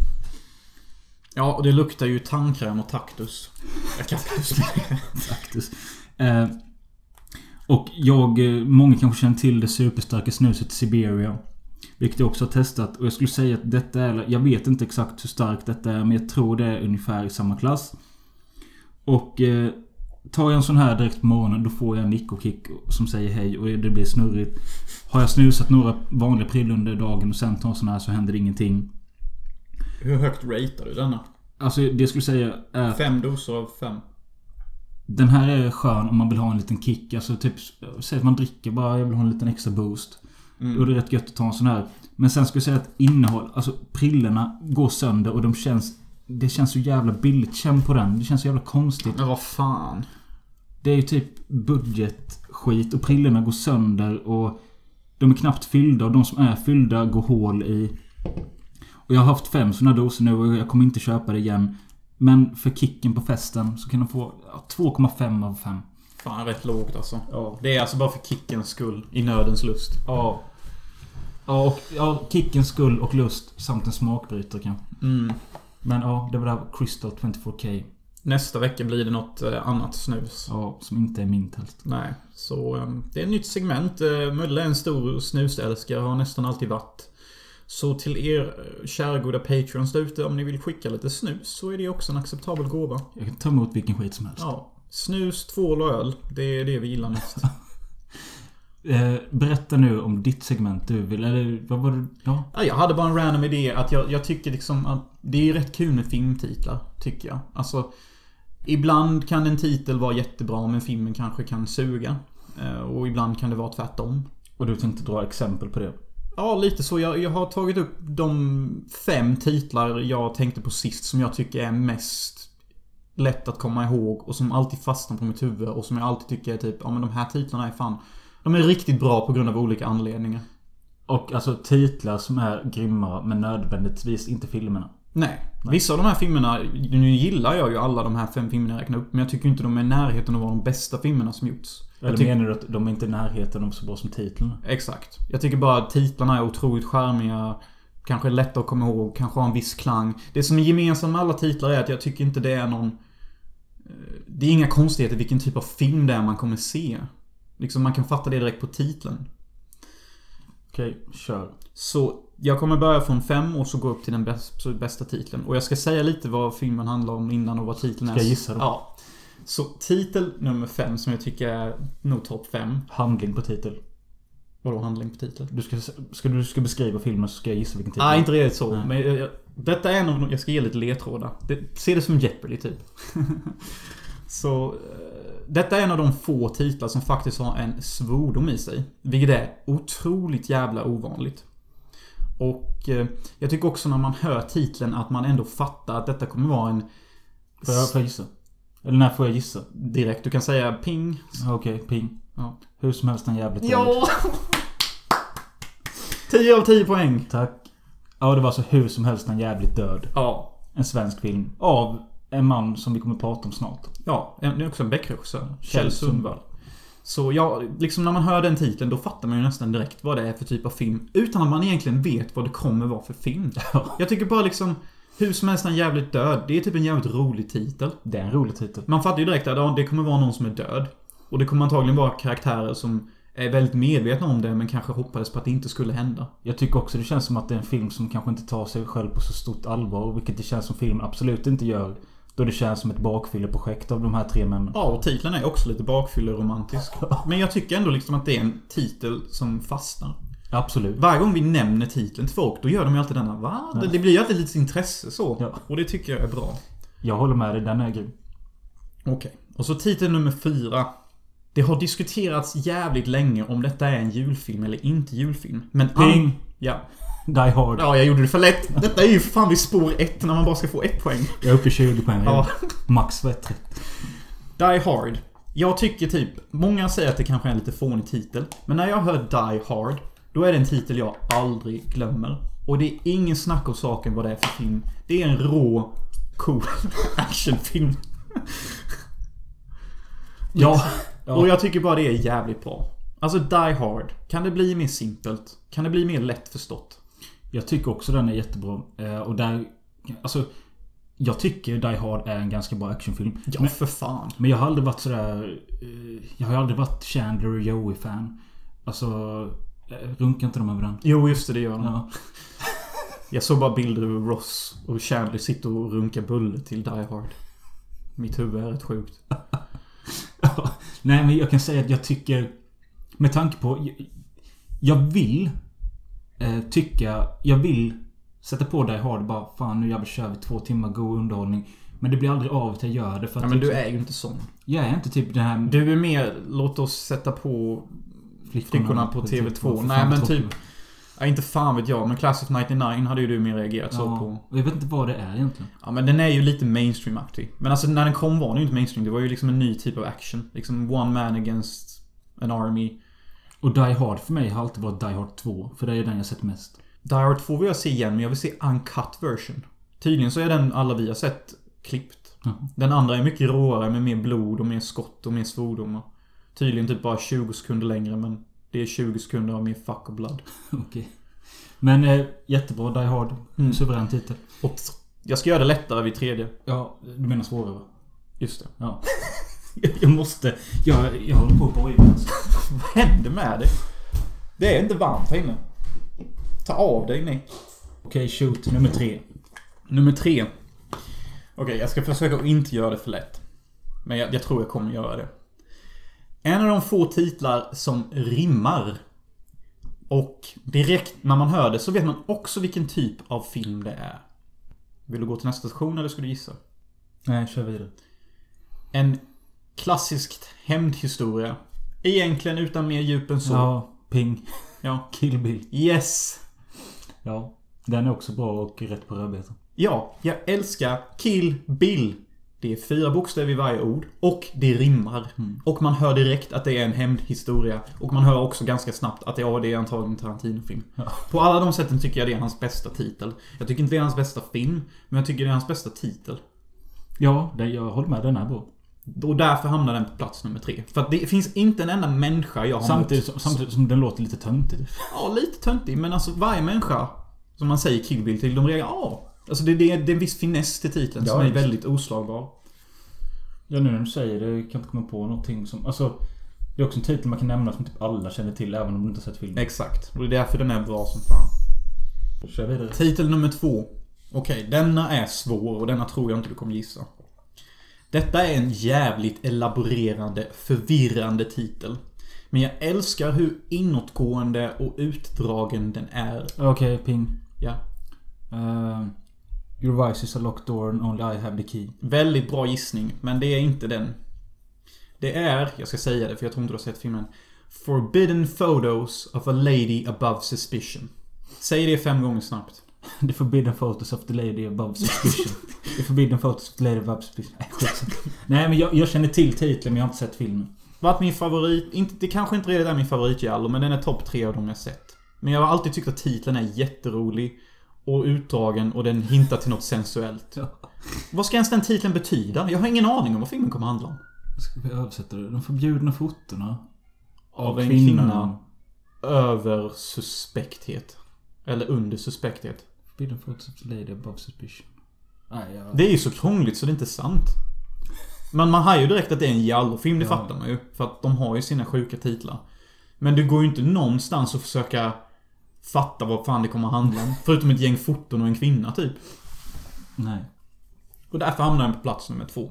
Ja, och det luktar ju tandkräm och taktus. Kaktus. Taktus. Eh, och jag, många kanske känner till det superstarka snuset Siberia. Vilket jag också har testat. Och jag skulle säga att detta är, jag vet inte exakt hur starkt detta är, men jag tror det är ungefär i samma klass. Och eh, tar jag en sån här direkt på morgonen, då får jag en nick-och-kick som säger hej och det blir snurrigt. Har jag snusat några vanliga prillor under dagen och sen tar en sån här, så händer ingenting. Hur högt ratear du denna? Alltså det skulle säga är, Fem doser av fem. den här är skön om man vill ha en liten kick. Alltså typ, säg att man dricker bara, jag vill ha en liten extra boost. Mm. Då är det rätt gött att ta en sån här. Men sen skulle jag säga att innehåll, alltså prillorna går sönder och de känns, det känns så jävla billigt. Känn på den, det känns så jävla konstigt. Men vad fan. Det är ju typ budgetskit och prillorna går sönder och de är knappt fyllda och de som är fyllda går hål i. Och jag har haft fem såna doser nu och jag kommer inte köpa det igen. Men för kicken på festen så kan de få ja, två komma fem av fem. Fan, rätt lågt alltså. Ja. Det är alltså bara för kickens skull, i nödens lust. Ja. Ja, och ja, kickens skull och lust samt en smakbrytare kanske. Mm. Men ja, det var där Crystal tjugofyra K. Nästa vecka blir det något eh, annat snus. Ja, som inte är mint helst. Nej, så eh, det är ett nytt segment. Eh, Mölle är en stor snusälskare, har nästan alltid varit. Så till er kära goda Patreons där ute, om ni vill skicka lite snus, så är det också en acceptabel gåva. Jag kan ta emot vilken skit som helst. Ja, snus, tvål och öl. Det är det vi gillar mest. eh, berätta nu om ditt segment du vill. Eller vad var det? Ja. Ja, jag hade bara en random idé att jag, jag tycker liksom att det är rätt kul med filmtitlar, tycker jag. Alltså, ibland kan en titel vara jättebra men filmen kanske kan suga. Eh, och ibland kan det vara tvärtom. Och du tänkte dra exempel på det? Ja, lite så. Jag, jag har tagit upp de fem titlar jag tänkte på sist som jag tycker är mest lätt att komma ihåg och som alltid fastnar på mitt huvud och som jag alltid tycker är typ, ja men de här titlarna är fan, de är riktigt bra på grund av olika anledningar. Och alltså titlar som är grymma men nödvändigtvis inte filmerna. Nej, Nej. Vissa av de här filmerna, nu gillar jag ju alla de här fem filmerna jag räknar upp, men jag tycker inte de är i närheten av att vara de bästa filmerna som gjorts. Eller tyck- menar du att de är inte i närheten av så bra som titlarna? Exakt. Jag tycker bara att titlarna är otroligt charmiga, kanske lätta att komma ihåg, kanske har en viss klang. Det som är gemensamt med alla titlar är att jag tycker inte det är någon... Det är inga konstigheter vilken typ av film det är man kommer se. Liksom man kan fatta det direkt på titeln. Okej, kör. Så jag kommer börja från fem och så gå upp till den bästa, bästa titeln. Och jag ska säga lite vad filmen handlar om innan och vad titeln är. Ska jag gissa då? Ja. Så titel nummer fem som jag tycker är nog topp fem. Handling på titel. Vadå handling på titel? Du ska, ska du ska beskriva filmen så ska jag gissa vilken titel. Nej, ah, inte riktigt så. Nej. Men jag, jag, detta är nog, jag ska ge lite ledtrådar. Det, se det som Jeopardy typ. Så uh, detta är en av de få titlar som faktiskt har en svordom i sig. Vilket är otroligt jävla ovanligt. Och uh, jag tycker också när man hör titeln att man ändå fattar att detta kommer vara en... Får jag, får jag gissa? Eller när får jag gissa? Direkt, du kan säga ping. Okej, okay, ping. Ja. Hur som helst en jävligt Ja! tio av tio poäng. Tack. Ja, det var så hur som helst en jävligt död. Ja. En svensk film. Av en man som vi kommer att prata om snart. Ja, det är också en Beck-regissör. Kjell Sundvall. Så ja, liksom när man hör den titeln då fattar man ju nästan direkt vad det är för typ av film. Utan att man egentligen vet vad det kommer vara för film. Jag tycker bara liksom... Hur som helst en jävligt död. Det är typ en jävligt rolig titel. Det är en rolig titel. Man fattar ju direkt att ja, det kommer vara någon som är död. Och det kommer antagligen vara karaktärer som är väldigt medvetna om det men kanske hoppades på att det inte skulle hända. Jag tycker också det känns som att det är en film som kanske inte tar sig själv på så stort allvar. Vilket det känns som filmen absolut inte gör. Då det känns som ett bakfylleprojekt av de här tre männen. Ja, och titeln är också lite bakfylleromantisk. Men jag tycker ändå liksom att det är en titel som fastnar. Absolut. Varje gång vi nämner titeln till folk, då gör de ju alltid denna, va? Ja. Det blir ju alltid lite intresse så. Ja. Och det tycker jag är bra. Jag håller med dig, den är grym. Okej. Okay. Och så titel nummer fyra. Det har diskuterats jävligt länge om detta är en julfilm eller inte julfilm. Men Ping! Ja. Die Hard. Ja, jag gjorde det för lätt. Detta är ju fan vid spår ett när man bara ska få ett poäng. Jag är uppe i tjugo poäng. Ja. Max var ett. Die Hard. Jag tycker typ, många säger att det kanske är en lite fånig titel. Men när jag hör Die Hard, då är det en titel jag aldrig glömmer. Och det är ingen snack om saken vad det är för film. Det är en rå, cool actionfilm. Ja. ja. Och jag tycker bara det är jävligt bra. Alltså Die Hard. Kan det bli mer simpelt? Kan det bli mer lättförstått? Jag tycker också den är jättebra. Eh, och där... Alltså... Jag tycker Die Hard är en ganska bra actionfilm. Ja, men, för fan. Men jag har aldrig varit sådär... Eh, jag har aldrig varit Chandler och Joey-fan. Alltså... Eh, runkar inte de över den? Jo, just det, det gör de. Ja. Jag såg bara bilder av Ross och Chandler sitter och runkar bulle till Die Hard. Mitt huvud är rätt sjukt. Nej, men jag kan säga att jag tycker... Med tanke på... Jag, jag vill... Eh, tycka... Jag vill... Sätta på Die Hard bara, fan nu jävlar kör vi två timmar god underhållning. Men det blir aldrig av att jag gör det för att ja, men liksom, du är ju inte sån. Jag är inte typ den här... Du är mer, låt oss sätta på flickorna, flickorna på T V två. två. Nej men typ, ja, inte fan vet jag, men Class of nittionio hade ju du mer reagerat ja, så på. Jag vet inte vad det är egentligen. Ja men den är ju lite mainstream-aktig. Men alltså när den kom var den ju inte mainstream. Det var ju liksom en ny typ av action. Liksom one man against an army. Och Die Hard för mig har alltid varit Die Hard två. För det är den jag sett mest. Die Hard två vill jag se igen, men jag vill se uncut version. Tydligen så är den alla vi har sett klippt. Mm. Den andra är mycket råare med mer blod och mer skott och mer svordomar. Tydligen typ bara tjugo sekunder längre, men det är tjugo sekunder av mer fuck och blood. Okej. Okay. Men eh, jättebra Die Hard. Mm. Suverän titel. Och jag ska göra det lättare vid tredje. Ja, du menar svårare va? Just det. Ja. jag måste... Jag, jag håller på att bojva. Vad händer med det? Det är inte varmt här inne. Ta av dig, nej. Okej, okay, shoot. Nummer tre. Nummer tre. Okej, okay, jag ska försöka att inte göra det för lätt. Men jag, jag tror jag kommer göra det. En av de få titlar som rimmar. Och direkt när man hör det så vet man också vilken typ av film det är. Vill du gå till nästa station eller ska du gissa? Nej, kör vidare. En klassisk hämndhistoria. Egentligen utan mer djup än så. Ja, Ping. Ja. Kill Bill. Yes. Ja, den är också bra och rätt på rödbetan. Ja, jag älskar Kill Bill. Det är fyra bokstäver i varje ord. Och det rimmar. Mm. Och man hör direkt att det är en hämndhistoria. Och man hör också ganska snabbt att ja, det är antagligen en Tarantino-film. Ja. På alla de sätten tycker jag det är hans bästa titel. Jag tycker inte det är hans bästa film. Men jag tycker det är hans bästa titel. Ja, det, jag håller med. Den är bra. Och därför hamnar den på plats nummer tre. För att det finns inte en enda människa jag har samtidigt som, samtidigt som den låter lite töntig. Ja, lite töntig. Men alltså varje människa som man säger Kill Bill till, de reagerar ja. Alltså det, det, det är en viss finess till titeln ja, som är just väldigt oslagbar. Ja, nu när du säger det kan jag inte komma på någonting som... Alltså, det är också en titel man kan nämna som typ alla känner till även om du inte har sett filmen. Exakt. Och det är därför den är bra som fan. Kör vidare. Titel nummer två. Okej, okay, denna är svår och denna tror jag inte du kommer gissa. Detta är en jävligt elaborerande, förvirrande titel. Men jag älskar hur inåtgående och utdragen den är. Okej, okay, Ping. Ja. Uh, your vice is a locked door and only I have the key. Väldigt bra gissning, men det är inte den. Det är, jag ska säga det för jag tror inte du har sett filmen. Forbidden photos of a lady above suspicion. Säg det fem gånger snabbt. The forbidden photos of the lady above suspicion. The forbidden photos of the lady above suspicion. Nej, men jag, jag känner till titeln men jag har inte sett filmen. Vart min favorit, inte, det kanske inte är min favoritjävlar, men den är topp tre av dem jag sett. Men jag har alltid tyckt att titeln är jätterolig och utdragen och den hintar till något sensuellt. Ja. Vad ska ens den titeln betyda? Jag har ingen aning om vad filmen kommer handla om. Ska vi översätta det? De förbjudna fotona av, av en kvinna över suspekthet. Eller under suspekthet. Forbidden photos of the lady above suspicion. Nej, ja. Det är ju så krångligt så det är inte sant. Men man har ju direkt att det är en jallofilm, det ja. Fattar man ju. För att de har ju sina sjuka titlar. Men det går ju inte någonstans att försöka fatta vad fan det kommer att handla om. Förutom ett gäng foton och en kvinna typ. Nej. Och därför hamnar den på plats nummer två.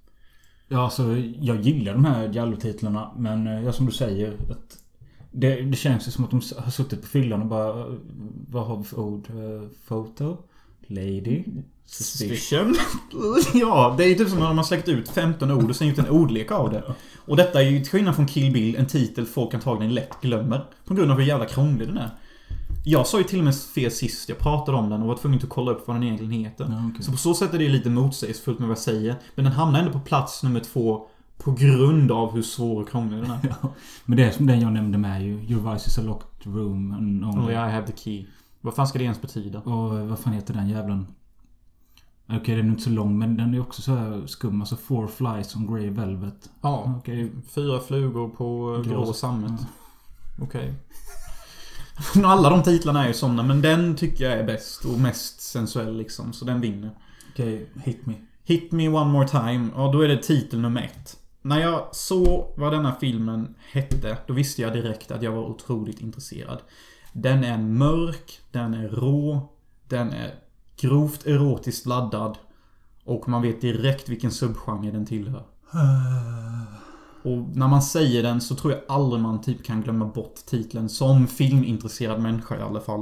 Ja, alltså jag gillar de här jallotitlarna. Men ja, som du säger att det, det känns ju som att de har suttit på fyllan och bara vad har vi för ord? Uh, photo? Lady? Suspicion? Ja, det är ju typ som när man har släckt ut femton ord och sen gjort en ordlek av det. Och detta är ju till skillnad från Kill Bill en titel folk antagligen lätt glömmer. På grund av hur jävla krånglig den är. Jag sa ju till och med fel sist jag pratade om den och var tvungen att kolla upp vad den egentligen heter. Ja, okay. Så på så sätt är det lite motsägelsefullt med vad jag säger. Men den hamnar ändå på plats nummer två på grund av hur svår och krånglig den är. Ja, men det är som den jag nämnde med ju. Your vice is a locked room and only. Only I have the key. Vad fan ska det ens betyda? Och vad fan heter den jävlen? Okej, okay, den är inte så lång, men den är också så här skum. Alltså Four Flies on Grey Velvet. Ja, okej. Okay. Fyra flugor på grå, grå sammet. Ja. Okej. Okay. Alla de titlarna är ju sådana, men den tycker jag är bäst och mest sensuell liksom. Så den vinner. Okej, okay, Hit Me. Hit Me One More Time. Och då är det titel nummer ett. När jag såg vad denna filmen hette, då visste jag direkt att jag var otroligt intresserad. Den är mörk, den är rå, den är grovt erotiskt laddad och man vet direkt vilken subgenre den tillhör. Och när man säger den så tror jag aldrig man typ kan glömma bort titeln som filmintresserad människa i alla fall.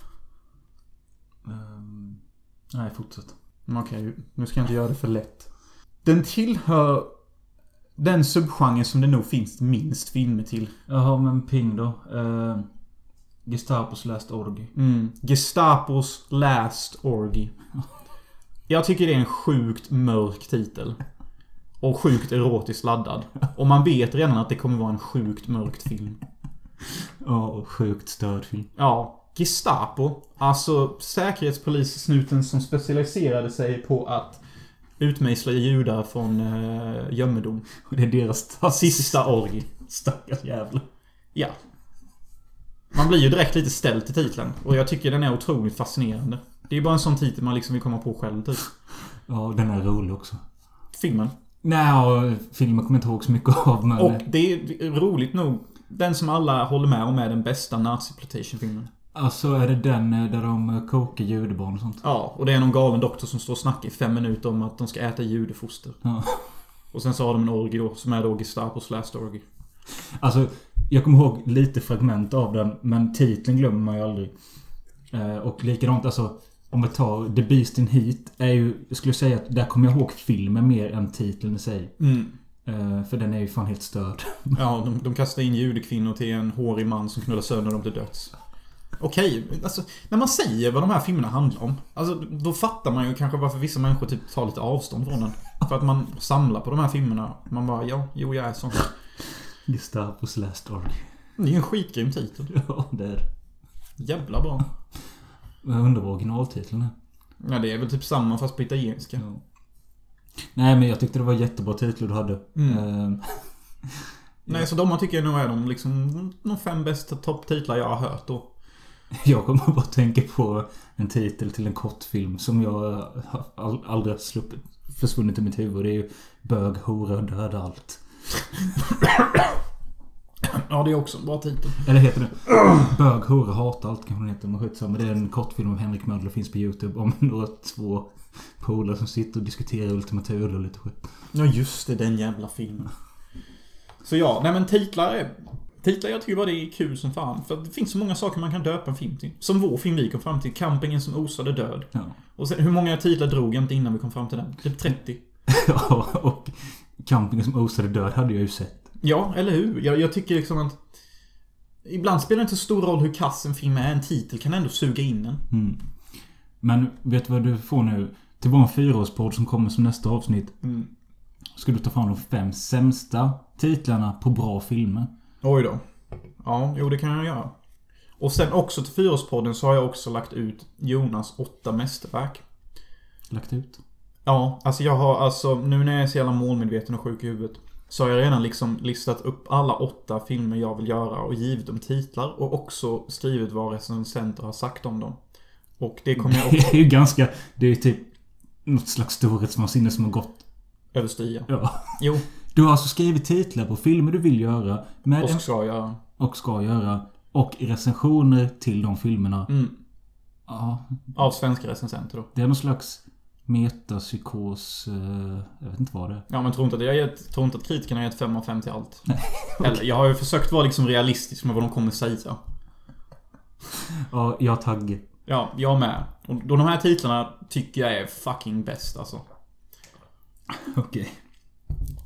Um, nej, fortsätt. Okej, okay, nu ska jag inte göra det för lätt. Den tillhör den subgenre som det nog finns minst filmer till. Jaha, men ping då. Uh, Gestapos Last Orgy. Mm. Gestapos Last Orgy. Jag tycker det är en sjukt mörk titel. Och sjukt erotiskt laddad. Och man vet redan att det kommer vara en sjukt mörkt film. Ja, och sjukt störd film. Ja. Gestapo. Alltså säkerhetspolissnuten som specialiserade sig på att utmejsla judar från eh, gömmedom. Och det är deras sista orgi. Stackars jävla. Ja. Man blir ju direkt lite ställd till titeln. Och jag tycker den är otroligt fascinerande. Det är bara en sån titel man liksom vill komma på själv typ. Ja, den är rolig också. Filmen. Nej, filmen kommer inte ihåg så mycket av. Men... Och det är roligt nog den som alla håller med om är den bästa nazi-exploitation-filmen. Alltså är det den där de kokar judebarn och sånt? Ja, och det är någon galen doktor som står och snackar i fem minuter om att de ska äta judefoster. Ja. Och sen så har de en orgi då, som är då Gestapos Last Orgy. Alltså, jag kommer ihåg lite fragment av den, men titeln glömmer man ju aldrig. Eh, och likadant, alltså, om vi tar The Beast in Heat, är ju, jag skulle säga att där kommer jag ihåg filmen mer än titeln i sig. Mm. Eh, för den är ju fan helt störd. Ja, de, de kastar in judekvinnor till en hårig man som knullar sönder dem till döds. Okej, alltså när man säger vad de här filmerna handlar om, alltså då fattar man ju kanske varför vissa människor typ tar lite avstånd från den. För att man samlar på de här filmerna. Man bara, ja, jo jag är sån. Gestapos Last Orgy. Det är ju en skitgrym titel. Ja, det är jävla bra. Jag undrar vad originaltiteln är. Ja, det är väl typ samma fast på italienska. Ja. Nej, men jag tyckte det var jättebra titlar du hade. Mm. Uh, Nej, så de här tycker jag nog är de liksom de fem bästa topptitlar jag har hört då. Jag kommer bara tänka på en titel till en kortfilm som jag all, aldrig sluppit försvunnit i mitt huvud. Det är ju Bög, hora, döda allt. Ja, det är också en bra titel. Eller heter det Bög, hora, hata allt kanske den heter. Man skitsamma. Det är en kortfilm om Henrik Möller, finns på YouTube om några två polare som sitter och diskuterar ultimatur och lite skit. Ja, just det, den jävla filmen. Så ja, nej men titlar är... Titlar jag tycker bara det är kul som fan. För det finns så många saker man kan döpa en film till. Som vår film vi kom fram till. Campingen som osade död. Ja. Och sen, hur många titlar drog jag inte innan vi kom fram till den? Typ trettio. Ja, och Campingen som osade död hade jag ju sett. Ja, eller hur? Jag, jag tycker liksom att... Ibland spelar det inte så stor roll hur kass en film är. En titel kan ändå suga in den. Mm. Men vet du vad du får nu? Till vår fyraårspodd som kommer som nästa avsnitt. Mm. Ska du ta fram de fem sämsta titlarna på bra filmer. Oj då. Ja, jo det kan jag göra. Och sen också till fyraårspodden så har jag också lagt ut Jonas åtta mästerverk. Lagt ut? Ja, alltså jag har alltså nu när jag är så jävla målmedveten och sjuk i huvudet så har jag redan liksom listat upp alla åtta filmer jag vill göra och givit dem titlar och också skrivit vad recensenter har sagt om dem. Och det kommer jag också... Det är ju ganska... Det är ju typ något slags storhetsvansinne som har gått överstiga. Ja. Jo. Du har alltså skrivit titlar på filmer du vill göra. Med och ska göra. Och ska göra. Och recensioner till de filmerna. Mm. Ja. Av svenska recensenter då. Det är någon slags metapsykos... Eh, jag vet inte vad det är. Ja, men tror inte att, jag gett, tror inte att kritikerna har gett fem av fem till allt. Nej. Okay. Eller, jag har ju försökt vara liksom realistisk med vad de kommer säga. Ja, jag taggar. Ja, jag med. Och då de här titlarna tycker jag är fucking bäst alltså. Okej. Okay.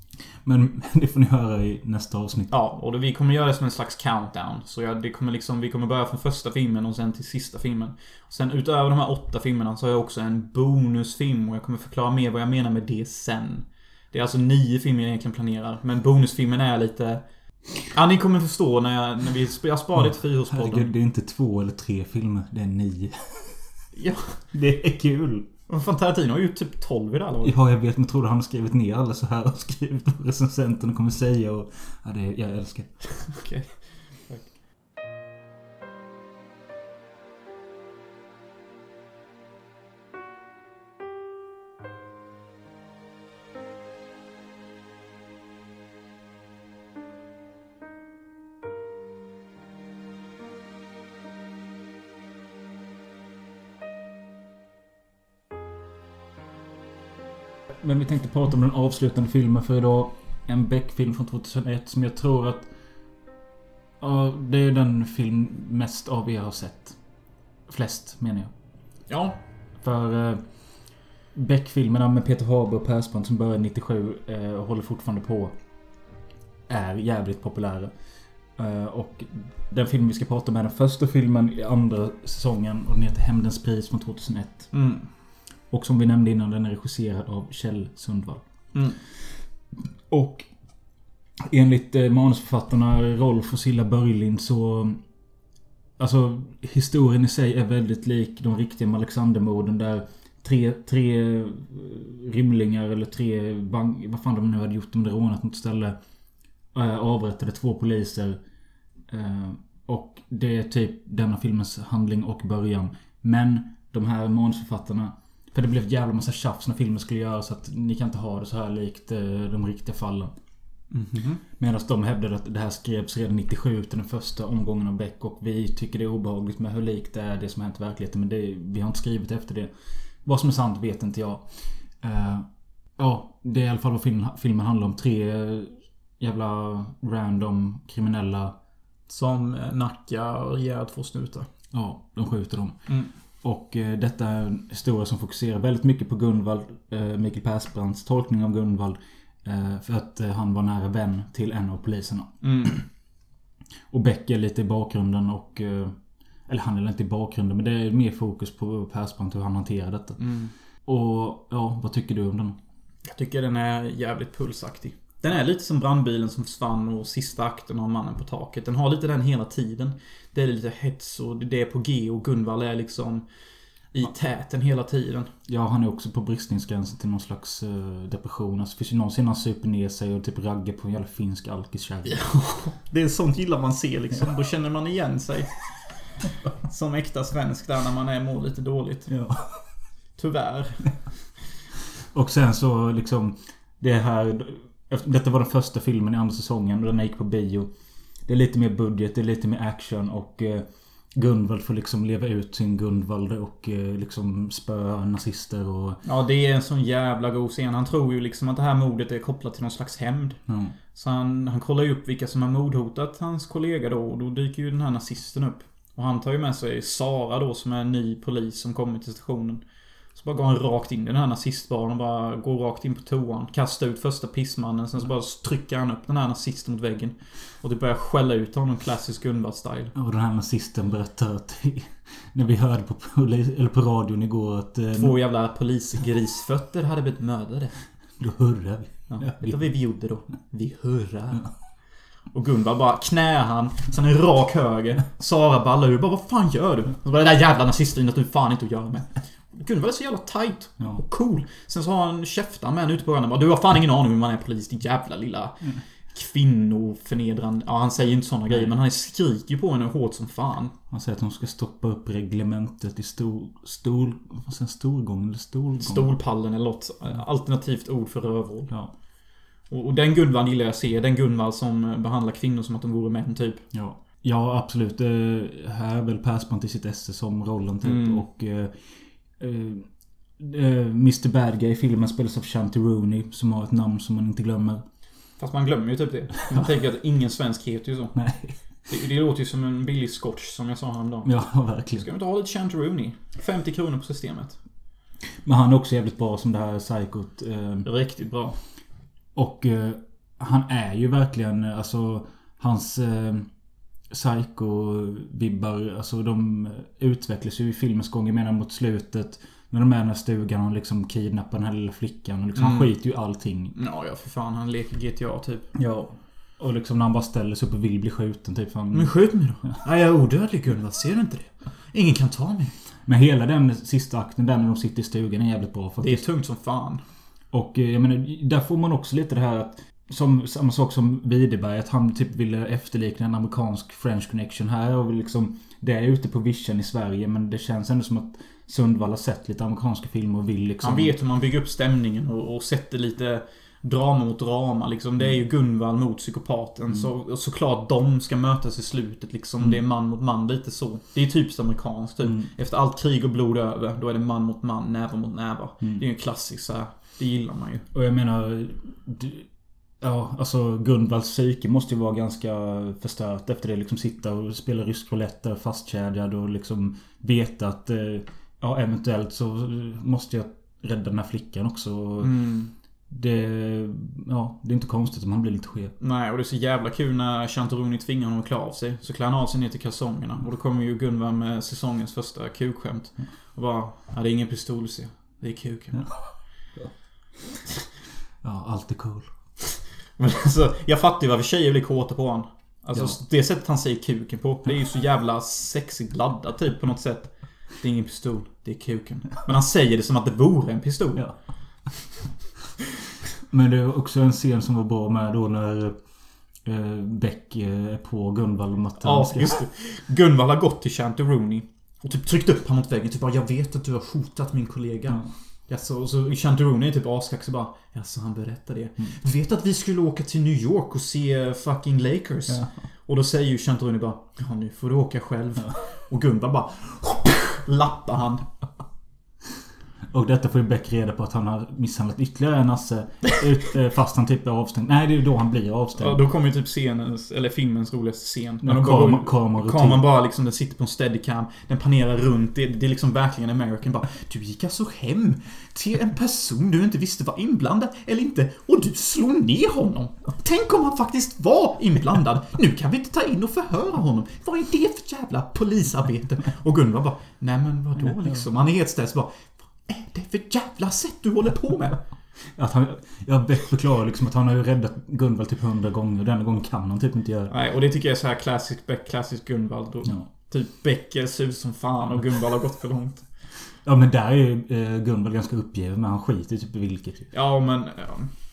Men det får ni höra i nästa avsnitt. Ja, och då, vi kommer göra det som en slags countdown. Så jag, det kommer liksom, vi kommer börja från första filmen och sen till sista filmen. Och sen utöver de här åtta filmerna så har jag också en bonusfilm. Och jag kommer förklara mer vad jag menar med det sen. Det är alltså nio filmer jag egentligen planerar. Men bonusfilmen är lite... Ja, ni kommer förstå när jag, när vi, jag sparar det till Frihuspodden. Herregud, det är inte två eller tre filmer, det är nio. Ja. Det är kul. Fan, Tarantino har ju typ tolv i det här. Ja, jag vet, men tror du han har skrivit ner alla så här och skrivit vad recensenten kommer säga och... Ja, det jag älskar. Okej. Okay. Men vi tänkte prata om den avslutande filmen för idag. En Beck-film från tjugohundraett som jag tror att... Ja, det är den film mest av er har sett. Flest, menar jag. Ja. För eh, Beck-filmerna med Peter Haber och Persbrandt som började nittiosju eh, och håller fortfarande på är jävligt populära. Eh, och den film vi ska prata om är den första filmen i andra säsongen och den heter Hämndens pris från tjugohundraett. Mm. Och som vi nämnde innan, den är regisserad av Kjell Sundvall. Mm. Och enligt eh, manusförfattarna Rolf och Silla Börjlind så... Alltså, historien i sig är väldigt lik de riktiga Alexandermorden där tre, tre rymlingar eller tre bank... Vad fan de nu hade gjort om det rånat något ställe. Äh, avrättade två poliser. Äh, och det är typ denna filmens handling och början. Men de här manusförfattarna... För det blev ett jävla massa tjafs när filmen skulle göras så att ni kan inte ha det så här likt eh, de riktiga fallen. Mm-hmm. Medan de hävdade att det här skrevs redan nittiosju till den första omgången av Beck. Och vi tycker det är obehagligt med hur likt det är det som har hänt i verkligheten. Men det, vi har inte skrivit efter det. Vad som är sant vet inte jag. Uh, ja, det är i alla fall vad film, filmen handlar om. Tre jävla random kriminella som nackar ihjäl två snutar. Ja, de skjuter dem. Mm. Och eh, detta är en historia som fokuserar väldigt mycket på Gunvald, eh, Mikael Persbrandts tolkning av Gunvald. Eh, för att eh, han var nära vän till en av poliserna. Mm. Och Beck är lite i bakgrunden och... Eh, eller han är inte i bakgrunden, men det är mer fokus på Persbrandt hur han hanterar detta. Mm. Och ja, vad tycker du om den? Jag tycker den är jävligt pulsaktig. Den är lite som brandbilen som försvann och sista akten av Mannen på taket. Den har lite den hela tiden. Det är lite hets och det är på G och Gunvald är liksom i täten hela tiden. Ja, han är också på bristningsgränsen till någon slags uh, depression. Alltså finns ju någonsin han super ner sig och typ raggar på en jävla finsk alkiskärring. Ja, det är sånt gillar man se liksom. Då känner man igen sig. Som äkta svensk där när man är mår lite dåligt. Ja. Tyvärr. Och sen så liksom det här... Detta var den första filmen i andra säsongen och den gick på bio. Det är lite mer budget, det är lite mer action och eh, Gunvald får liksom leva ut sin Gunvald och eh, liksom spöa nazister och... Ja, det är en sån jävla god scen. Han tror ju liksom att det här mordet är kopplat till någon slags hämnd. Mm. Så han, han kollar ju upp vilka som har mordhotat hans kollega då och då dyker ju den här nazisten upp. Och han tar ju med sig Sara då som är en ny polis som kommer till stationen. Så bara går han rakt in i den här nazistbaren och bara går rakt in på toan. Kastar ut första pissmannen. Sen så bara trycker han upp den här nazisten mot väggen. Och det börjar skälla ut honom klassisk Gunvald-style. Och den här nazisten berättar att när vi hörde på, polis, eller på radion igår att... Eh, Två jävla polisgrisfötter hade blivit mördade. Då hurrar vi. Ja, vet du vad vi gjorde då? Vi hurrar. Ja. Och Gunvald bara knä han. Sen en rak höger. Sara ballar ur. Bara, vad fan gör du? Och bara, det där jävla nazisten att du fan inte att göra med. Gunvald är så jävla tight ja. Och cool. Sen så har han käftar med en ute på ögonen. Bara, du har fan ingen aning hur man är polis. Din jävla lilla mm. kvinnoförnedrande. Ja, han säger inte sådana mm. grejer. Men han skriker ju på henne hårt som fan. Han säger att de ska stoppa upp reglementet i stol... Stol... Vad säger stolgång eller stolgång? Stolpallen eller något. Alternativt ord för rövhål. Ja. Och, och den Gunvald gillar jag se. Den Gunvald som behandlar kvinnor som att de vore män typ. Ja. Ja, absolut. Det här är väl Persbrandt i sitt esse som rollen typ. Mm. Och... Eh, Uh, uh, mister Bad Guy i filmen spelas av Shanti Rooney som har ett namn som man inte glömmer. Fast man glömmer ju typ det. Man tänker att ingen svensk heter ju så. Nej. Det, det låter ju som en billig scotch som jag sa häromdagen. Ja, verkligen. Ska vi inte ha lite Shanti Rooney? femtio kronor på systemet. Men han är också jävligt bra som det här psykot. Uh, Riktigt bra. Och uh, han är ju verkligen, alltså hans eh, psycho-vibbar, alltså de utvecklas ju i filmens gång. Jag menar mot slutet när de är i den här stugan och liksom kidnappar den här lilla flickan och liksom, mm. han skiter ju allting. Ja, ja för fan, han leker G T A typ. Ja. Och liksom när han bara ställer sig upp och vill bli skjuten typ. Han... Men skjut mig då. Ja, jag är odödlig, Gunvald, ser du inte det? Ingen kan ta mig. Men hela den sista akten där när de sitter i stugan är jävligt bra faktiskt. Det är tungt som fan. Och jag menar, där får man också lite det här att som samma sak som Widerberg, att han typ ville efterlikna en amerikansk French Connection här och liksom det är ute på vision i Sverige, men det känns ändå som att Sundvall har sett lite amerikanska filmer och vill liksom... Han vet hur man bygger upp stämningen och, och sätter lite drama mot drama liksom. Det är ju Gunvald mot psykopaten. Mm. Så, och såklart de ska mötas i slutet liksom. Mm. Det är man mot man, lite så. Det är typiskt amerikanskt typ. Mm. Efter allt krig och blod över, då är det man mot man, näva mot näva. Mm. Det är ju en klassisk så här. Det gillar man ju. Och jag menar... Du... Ja, alltså Gunvalds psyke måste ju vara ganska förstört efter det. Liksom sitta och spela rysk roulette fastkedjad och liksom veta att ja, eventuellt så måste jag rädda den här flickan också. Mm. Det, ja, det är inte konstigt om han blir lite skev. Nej, och det är så jävla kul när Chantaroni tvingar honom att klä av sig. Så klär han av sig ner till kalsongerna. Och då kommer ju Gunvald med säsongens första kukskämt. Och bara, ja, det är ingen pistol, se. Det är kuken. Ja, ja allt är cool. Men alltså, jag fattar ju varför tjejer blir kåta på honom. Alltså ja. Det sättet han säger kuken på, det är ju så jävla sexigt laddat typ på något sätt. Det är ingen pistol, det är kuken. Men han säger det som att det vore en pistol. Ja. Men det är också en scen som var bra med då när eh, Beck är på Gunvald och Matt. Ja, just det. Gunvald har gått till Chantaroni och typ tryckt upp honom mot väggen. Typ bara, jag vet att du har hotat min kollega. Mm. Ja, så, så Chantaroni är typ askax så bara, ja, så han berättar det. Mm. Vet att vi skulle åka till New York och se fucking Lakers. Ja. Och då säger ju Chantaroni bara, ja, nu får du åka själv. Ja. Och Gunvald bara lappar han. Och detta får ju Beck reda på att han har misshandlat ytterligare en nasse ut, fast han typ är avstängd. Nej, det är då han blir avstängd. Ja, då kommer ju typ scenens, eller filmens roligaste scen. Ja, kameran kamera kameran bara liksom, den sitter på en steadicam. Den panerar runt. Det, det är liksom verkligen American bara, du gick alltså hem till en person du inte visste var inblandad eller inte. Och du slog ner honom. Tänk om han faktiskt var inblandad. Nu kan vi inte ta in och förhöra honom. Vad är det för jävla polisarbete? Och Gunvald bara, nej men vadå liksom? Han är helt ställd bara, är det för jävla sätt du håller på med? Att han, jag Beck förklarar liksom att han har ju räddat Gunvald typ hundra gånger. Den gången kan han typ inte göra. Nej, och det tycker jag är så här klassisk Beck, klassisk Gunvald. Och ja. Typ Beck är sus som fan och Gunvald har gått för långt. Ja, men där är ju eh, Gunvald ganska uppgiven, men han skiter typ i vilket. Ja, men... Ja.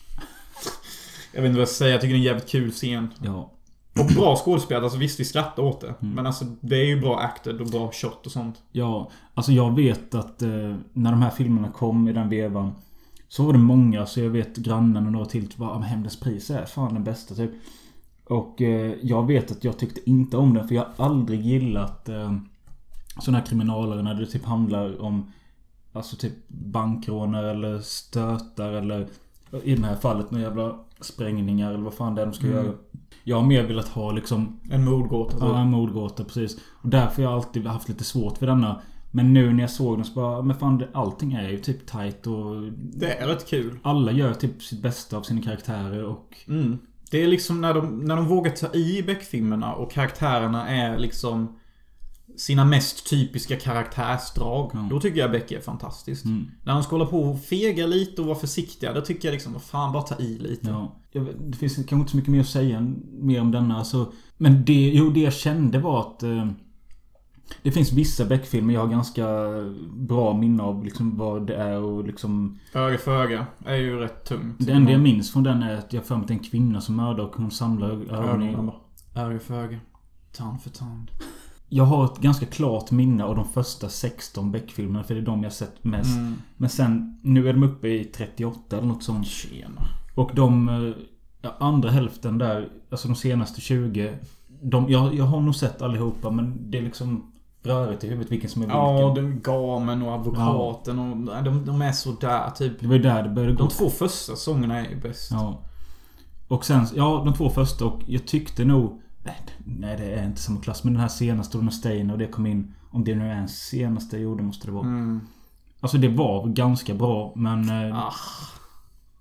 Jag vet inte vad jag ska säga. Jag tycker det är en jävligt kul scen. Ja. Och bra skådespel, alltså visst vi skrattar åt det. Mm. Men alltså det är ju bra acted och bra shot och sånt. Ja, alltså jag vet att eh, när de här filmerna kom i den vevan så var det många, så jag vet grannen och några till typ bara, Hämndens pris är fan den bästa typ. Och eh, jag vet att jag tyckte inte om den, för jag har aldrig gillat eh, sådana här kriminalare när det typ handlar om alltså typ bankrånare eller stötar eller i det här fallet några jävla sprängningar eller vad fan det är de ska mm. göra. Jag har mer velat ha liksom en mordgåta. Ja, en mordgåta, precis. Och därför har jag alltid haft lite svårt för denna. Men nu när jag såg den så bara, men fan, allting är ju typ tight och... Det är rätt kul. Alla gör typ sitt bästa av sina karaktärer och... Mm. Det är liksom när de, när de vågar ta i Beck-filmerna och karaktärerna är liksom sina mest typiska karaktärsdrag. Mm. Då tycker jag Beck är fantastiskt. Mm. När de ska hålla på och fega lite och vara försiktiga, då tycker jag liksom, vad fan, bara ta i lite. Ja. Det finns kanske inte så mycket mer att säga mer om denna. Alltså, men det, jo, det jag kände var att eh, det finns vissa Beck-filmer jag har ganska bra minne av liksom, vad det är och liksom... Öga för öga är ju rätt tungt. Det enda jag minns från den är att jag får med en kvinna som mördar och hon samlar ögon i... Öga för öga. Tand för tand. Jag har ett ganska klart minne av de första sexton Beck-filmerna, för det är de jag sett mest. Mm. Men sen, nu är de uppe i trettioåtta eller något sånt. Tjena. Och de ja, andra hälften där, alltså de senaste tjugo, de, jag, jag har nog sett allihopa, men det är liksom rörigt i huvudet vilken som är vilken. Ja, den gamen och advokaten ja. och de, de är så där typ. Det var ju där det började gå. De två första sångerna är ju bäst. Ja. Och sen, ja, de två första, och jag tyckte nog, nej, det är inte samma klass, men den här senaste, när Stein och det kom in, om det nu är en senaste, jo, det måste det vara. Mm. Alltså det var ganska bra, men... Ah.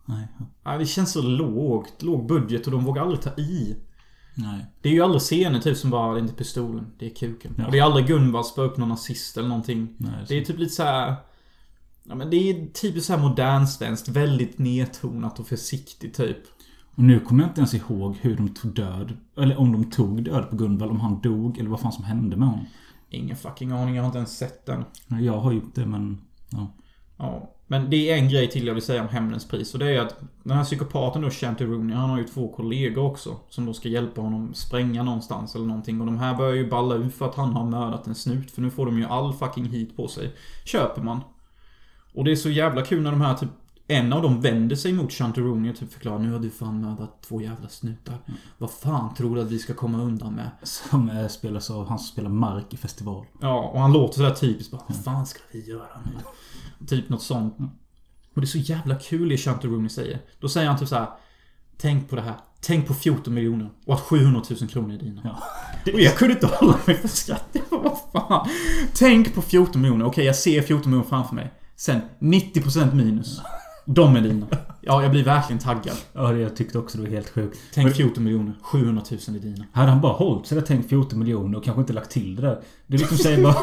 Nej. Ja, det känns så lågt. Låg budget och de vågar aldrig ta i. Nej. Det är ju aldrig scener typ som bara, det är inte pistolen, det är kuken. Ja. Och det är aldrig Gunvald spör upp någon nazist eller någonting. Nej, det är typ lite så här. Ja, men det är typ så här modernsvenskt, väldigt nedtonat och försiktigt typ. Och nu kommer jag inte ens ihåg hur de tog död. Eller om de tog död på Gunvald, om han dog eller vad fan som hände med honom. Ingen fucking aning, jag har inte ens sett den. Jag har gjort det, men ja. Ja, men det är en grej till jag vill säga om Hämndens pris. Och det är att den här psykopaten då, Shanty Rooney, han har ju två kollegor också. Som då ska hjälpa honom spränga någonstans eller någonting. Och de här börjar ju balla ut för att han har mördat en snut. För nu får de ju all fucking hit på sig. Köper man. Och det är så jävla kul när de här typ, en av dem vänder sig mot Shanty Rooney och typ förklarar, nu har du fan mördat två jävla snutar. Mm. Vad fan tror du att vi ska komma undan med? Som är spelas av han som spelar Mark i festival. Ja, och han låter sådär typiskt bara, vad fan ska vi göra nu? Typ något sånt. Mm. Och det är så jävla kul det Shanty Rooney säger. Då säger han typ så här: tänk på det här. Tänk på fjorton miljoner. Och att sjuhundratusen kronor är dina. Ja. Och jag kunde inte hålla mig för skratt. Jag bara, vad fan. Tänk på fjorton miljoner. Okej, jag ser fjorton miljoner framför mig. Sen nittio procent minus. De är dina. Ja, jag blir verkligen taggad. Ja, det jag tyckte också det var helt sjukt. Tänk fjorton miljoner. sjuhundratusen är dina. Hade han bara hållit sig där, tänkt fjorton miljoner och kanske inte lagt till det där. Det är liksom säger bara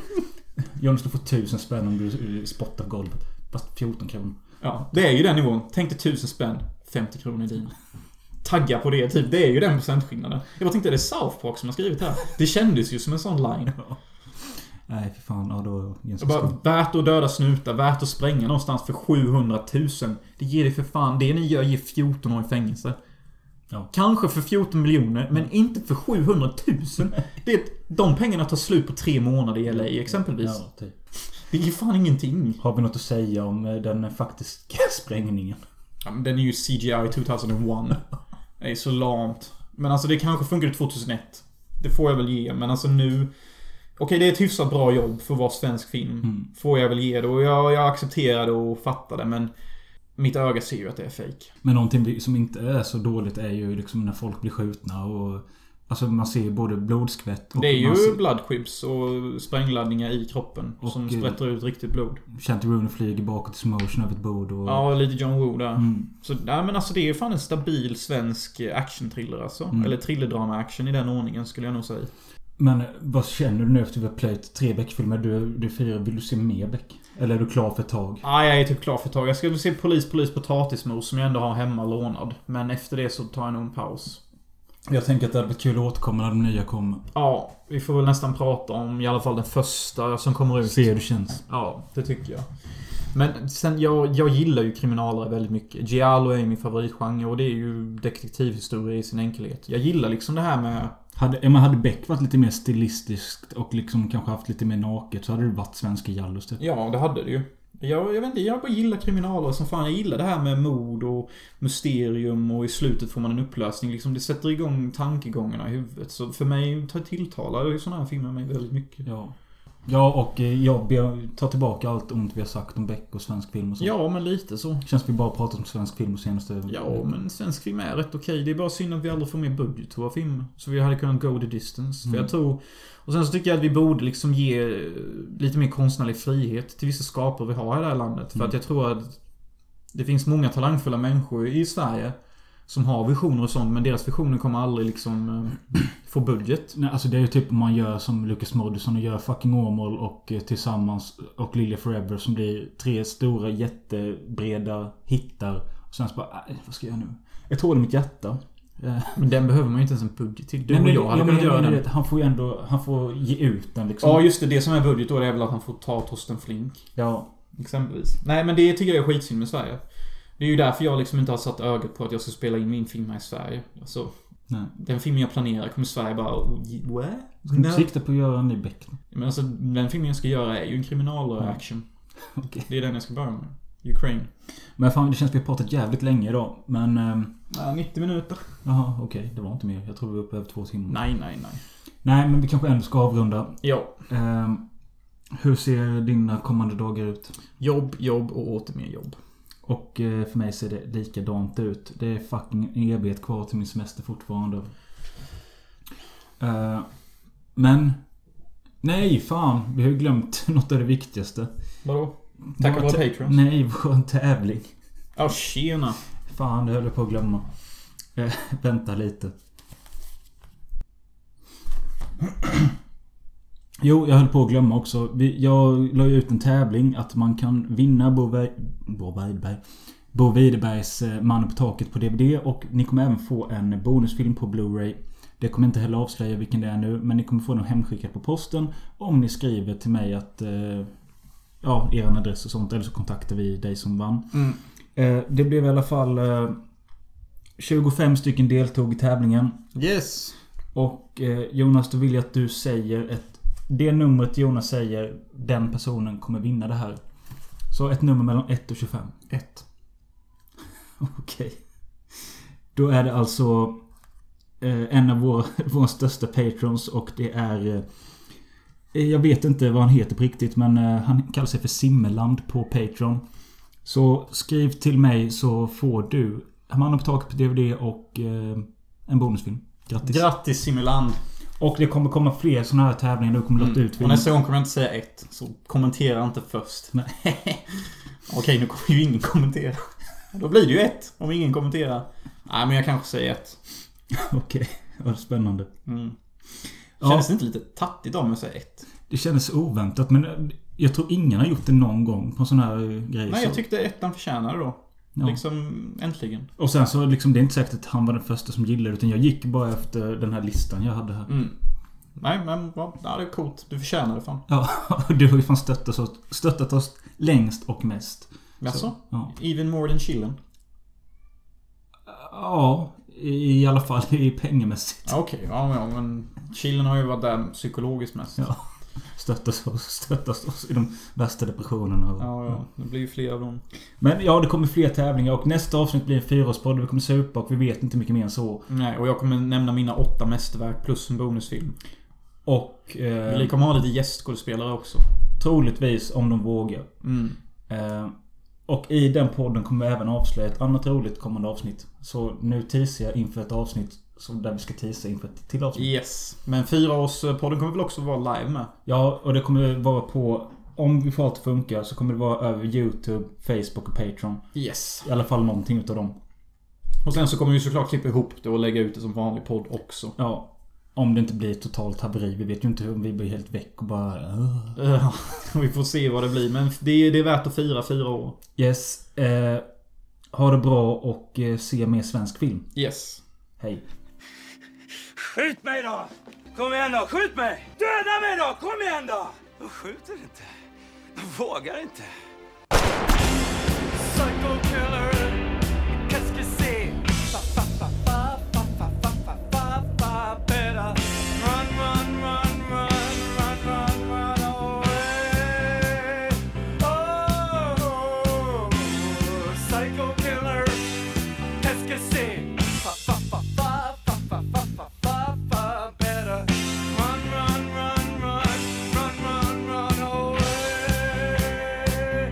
Jonas, du får tusen spänn om du spottar på golvet. Fast fjorton kronor. Ja, det är ju den nivån. Tänk dig tusen spänn. femtio kronor är dina. Tagga på det, typ. Det är ju den procentskillnaden. Jag bara tänkte, det är South Park som har skrivit här. Det kändes ju som en sån line. Ja. Nej, för fan. Ja, då... Jag bara, värt att döda snutar, värt att spränga någonstans för sjuhundratusen. Det ger det för fan. Det ni gör ger fjorton år i fängelse. Ja. Kanske för fjorton miljoner, men inte för sjuhundratusen. Det är, de pengarna tar slut på tre månader i L A exempelvis. Ja, typ. Det är ju fan ingenting. Har vi något att säga om den faktiska sprängningen? Ja, men den är ju C G I tjugohundraett. Det är så lamt. Men alltså det kanske funkar tjugohundraett. Det får jag väl ge. Men alltså nu... Okej, det är ett hyfsat bra jobb för att vara svensk film. Mm. Får jag väl ge det. Och jag, jag accepterar det och fattar det. Men mitt öga ser ju att det är fake. Men någonting som inte är så dåligt är ju liksom när folk blir skjutna och... Alltså man ser både blodskvätt och... Det är ju ser... bloodchips och sprängladdningar i kroppen. Och som sprätter ut riktigt blod. Shanty Rooney flyger bakåt i slow motion över ett bord och... Ja, lite John Woo där. Mm. Så, ja, men alltså det är ju fan en stabil svensk action-thriller alltså. Mm. Eller thrillerdrama-action i den ordningen skulle jag nog säga. Men vad känner du nu efter vi har plöjt tre Beck-filmer? Du, du fyra, vill du se mer Beck? Eller är du klar för ett tag? Ja, jag är typ klar för ett tag. Jag ska se Polis, Polis, Potatismos som jag ändå har hemma lånad. Men efter det så tar jag nog en paus. Jag tänker att det hade varit kul att återkomma när de nya kommer. Ja, vi får väl nästan prata om i alla fall den första som kommer ut. Se hur det känns. Ja, det tycker jag. Men sen, jag, jag gillar ju kriminalare väldigt mycket. Giallo är min favoritgenre och det är ju detektivhistoria i sin enkelhet. Jag gillar liksom det här med... Hade, man hade Beck varit lite mer stilistiskt och liksom kanske haft lite mer naket så hade det varit svenska Giallos typ. Ja, det hade det ju. Jag, jag vet inte, jag bara gillar kriminaler som fan. Jag gillar det här med mord och mysterium och i slutet får man en upplösning. Liksom, det sätter igång tankegångarna i huvudet. Så för mig tar tilltalar ju sådana här filmer mig väldigt mycket. Ja. Ja, och jag tar tillbaka allt ont vi har sagt om Beck och svensk film och så. Ja, men lite så. Känns vi bara pratat om svensk film och senaste... Ja, men svensk film är rätt okej. Det är bara synd att vi aldrig får mer budget på våra film. Så vi hade kunnat go the distance. Mm. För jag tror... Och sen så tycker jag att vi borde liksom ge lite mer konstnärlig frihet till vissa skapare vi har i det här landet. För mm. att jag tror att det finns många talangfulla människor i Sverige som har visioner och sånt, men deras visioner kommer aldrig liksom äh, få budget. Nej, alltså det är ju typ om man gör som Lucas Moodysson och gör Fucking Åmål och eh, tillsammans och Lilja Forever som blir tre stora jättebreda hittar. Och sen så bara, äh, vad ska jag göra nu? Jag tror det mitt hjärta. Men den behöver man ju inte ens en budget till. Du Nej, och men, jag hade ja, kunnat göra den. Vet, han får ju ändå, han får ge ut den liksom. Ja, just det. Det som är budget då är väl att han får ta Torsten Flink. Ja. Exempelvis. Nej, men det tycker jag är skitfilm i Sverige. Det är ju därför jag liksom inte har satt ögat på att jag ska spela in min film här i Sverige. Alltså, nej. Den filmen jag planerar kommer Sverige bara... What? Ska du sikta på att göra en ny Beck? Men alltså, den filmen jag ska göra är ju en kriminal-action. Mm. Okay. Det är den jag ska börja med. Ukraine. Men fan, det känns som vi har pratat jävligt länge idag. Men... Ähm... Ja, nittio minuter. Jaha, okej. Okay. Det var inte mer. Jag tror vi var uppe över två timmar. Nej, nej, nej. Nej, men vi kanske ändå ska avrunda. Ja. Ähm, hur ser dina kommande dagar ut? Jobb, jobb och åter mer jobb. Och eh, för mig ser det likadant ut. Det är fucking en evighet kvar till min semester fortfarande. Uh, men... Nej, fan. Vi har ju glömt något av det viktigaste. Vadå? Tack våra patrons. Nej, vår tävling. Ja, tjena. Fan, det höll jag på att glömma. Eh, vänta lite. Jo, jag höll på att glömma också. Vi, jag la ju ut en tävling att man kan vinna Bo, Ve- Bo Widerberg. Bo Widerbergs eh, Mannen på taket på D V D. Och ni kommer även få en bonusfilm på Blu-ray. Det kommer inte heller avslöja vilken det är nu. Men ni kommer få den hemskickad på posten. Om ni skriver till mig att... Eh, ja, er adress och sånt. Eller så kontaktar vi dig som vann. Mm. Eh, det blev i alla fall... Eh, tjugofem stycken deltog i tävlingen. Yes. Och eh, Jonas, då vill jag att du säger ett... Det numret Jonas säger, den personen kommer vinna det här. Så ett nummer mellan ett och tjugofem. ett. Okej. Okay. Då är det alltså eh, en av våra, våra största patrons. Och det är... Eh, jag vet inte vad han heter på riktigt. Men eh, han kallar sig för Simmeland på Patreon. Så skriv till mig så får du Mannen på taket på D V D och eh, en bonusfilm. Grattis. Grattis Simmeland. Och det kommer komma fler sådana här tävlingar. Du kommer låta Mm. ut Och nästa gång kommer jag inte säga ett. Så kommentera inte först. Nej. Okej, nu kommer ju ingen kommentera. Då blir det ju ett. Om ingen kommenterar. Nej, men jag kanske säger ett. Okej, vad spännande. Mm. Ja. Känns det inte lite tattigt om jag säger ett? Det kändes oväntat. Men jag tror ingen har gjort det någon gång på sån här grej. Nej, jag så. tyckte ettan förtjänade då. Ja. Liksom, äntligen. Och sen så liksom, det är inte säkert att han var den första som gillade det. Utan jag gick bara efter den här listan jag hade här. Mm. Nej, men ja, det är coolt. Du förtjänar det fan. Ja, du har ju fan stöttat oss, stöttat oss längst och mest. Jaså? Så, ja. Even more than chillen? Ja, i alla fall i pengamässigt. Okej, okay, ja, ja, men chillen har ju varit där psykologiskt mest. Ja. Stöttas oss, stöttas oss i de värsta depressionerna. Och, Ja, ja, det blir ju fler av dem. Men ja, det kommer fler tävlingar. Och nästa avsnitt blir en fyraårspodd. Vi kommer supa och vi vet inte mycket mer än så. Nej, och jag kommer nämna mina åtta mästerverk plus en bonusfilm. Och eh, Vi kommer ha lite gästskådespelare också. troligtvis om de vågar. Mm. Eh, och i den podden kommer vi även avslöja ett annat roligt kommande avsnitt. Så nu teasar jag inför ett avsnitt som där vi ska teasa inför ett till avsnitt. Yes. Men fyraårspodden kommer väl också vara live med? Ja, och det kommer vara på... Om vi får allt att funka så kommer det vara över YouTube, Facebook och Patreon. Yes. I alla fall någonting utav dem. Och sen så kommer vi såklart klippa ihop det och lägga ut det som vanlig podd också. Ja. Om det inte blir totalt haveri. Vi vet ju inte hur vi blir helt väck och bara... Uh. Ja, vi får se vad det blir. Men det är, det är värt att fira fyra år. Yes. Eh, ha det bra och eh, se mer svensk film. Yes. Hej. Skjut mig då! Kom igen då, skjut mig! Döda mig då, kom igen då! De skjuter inte. De vågar inte. Psycho killer, qu'est-ce que c'est? Fa, fa, fa, fa, fa, fa, fa, fa, fa, fa, better run, run, run, run, run, run, run away. Oh, psycho killer, qu'est-ce que c'est? Fa, fa, fa, fa, fa, fa, fa, fa, fa, fa, better run, run, run, run, run, run, run away.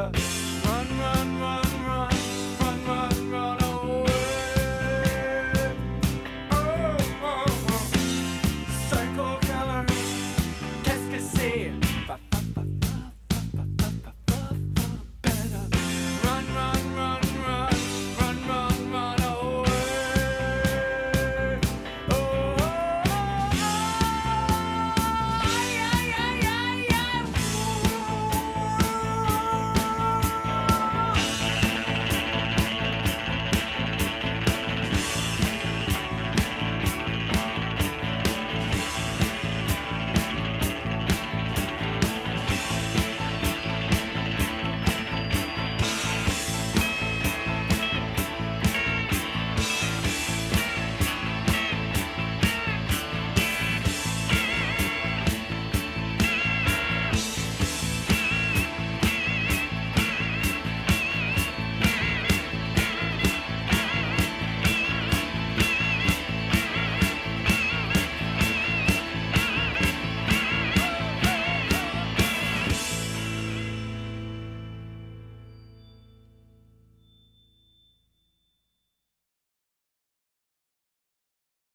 better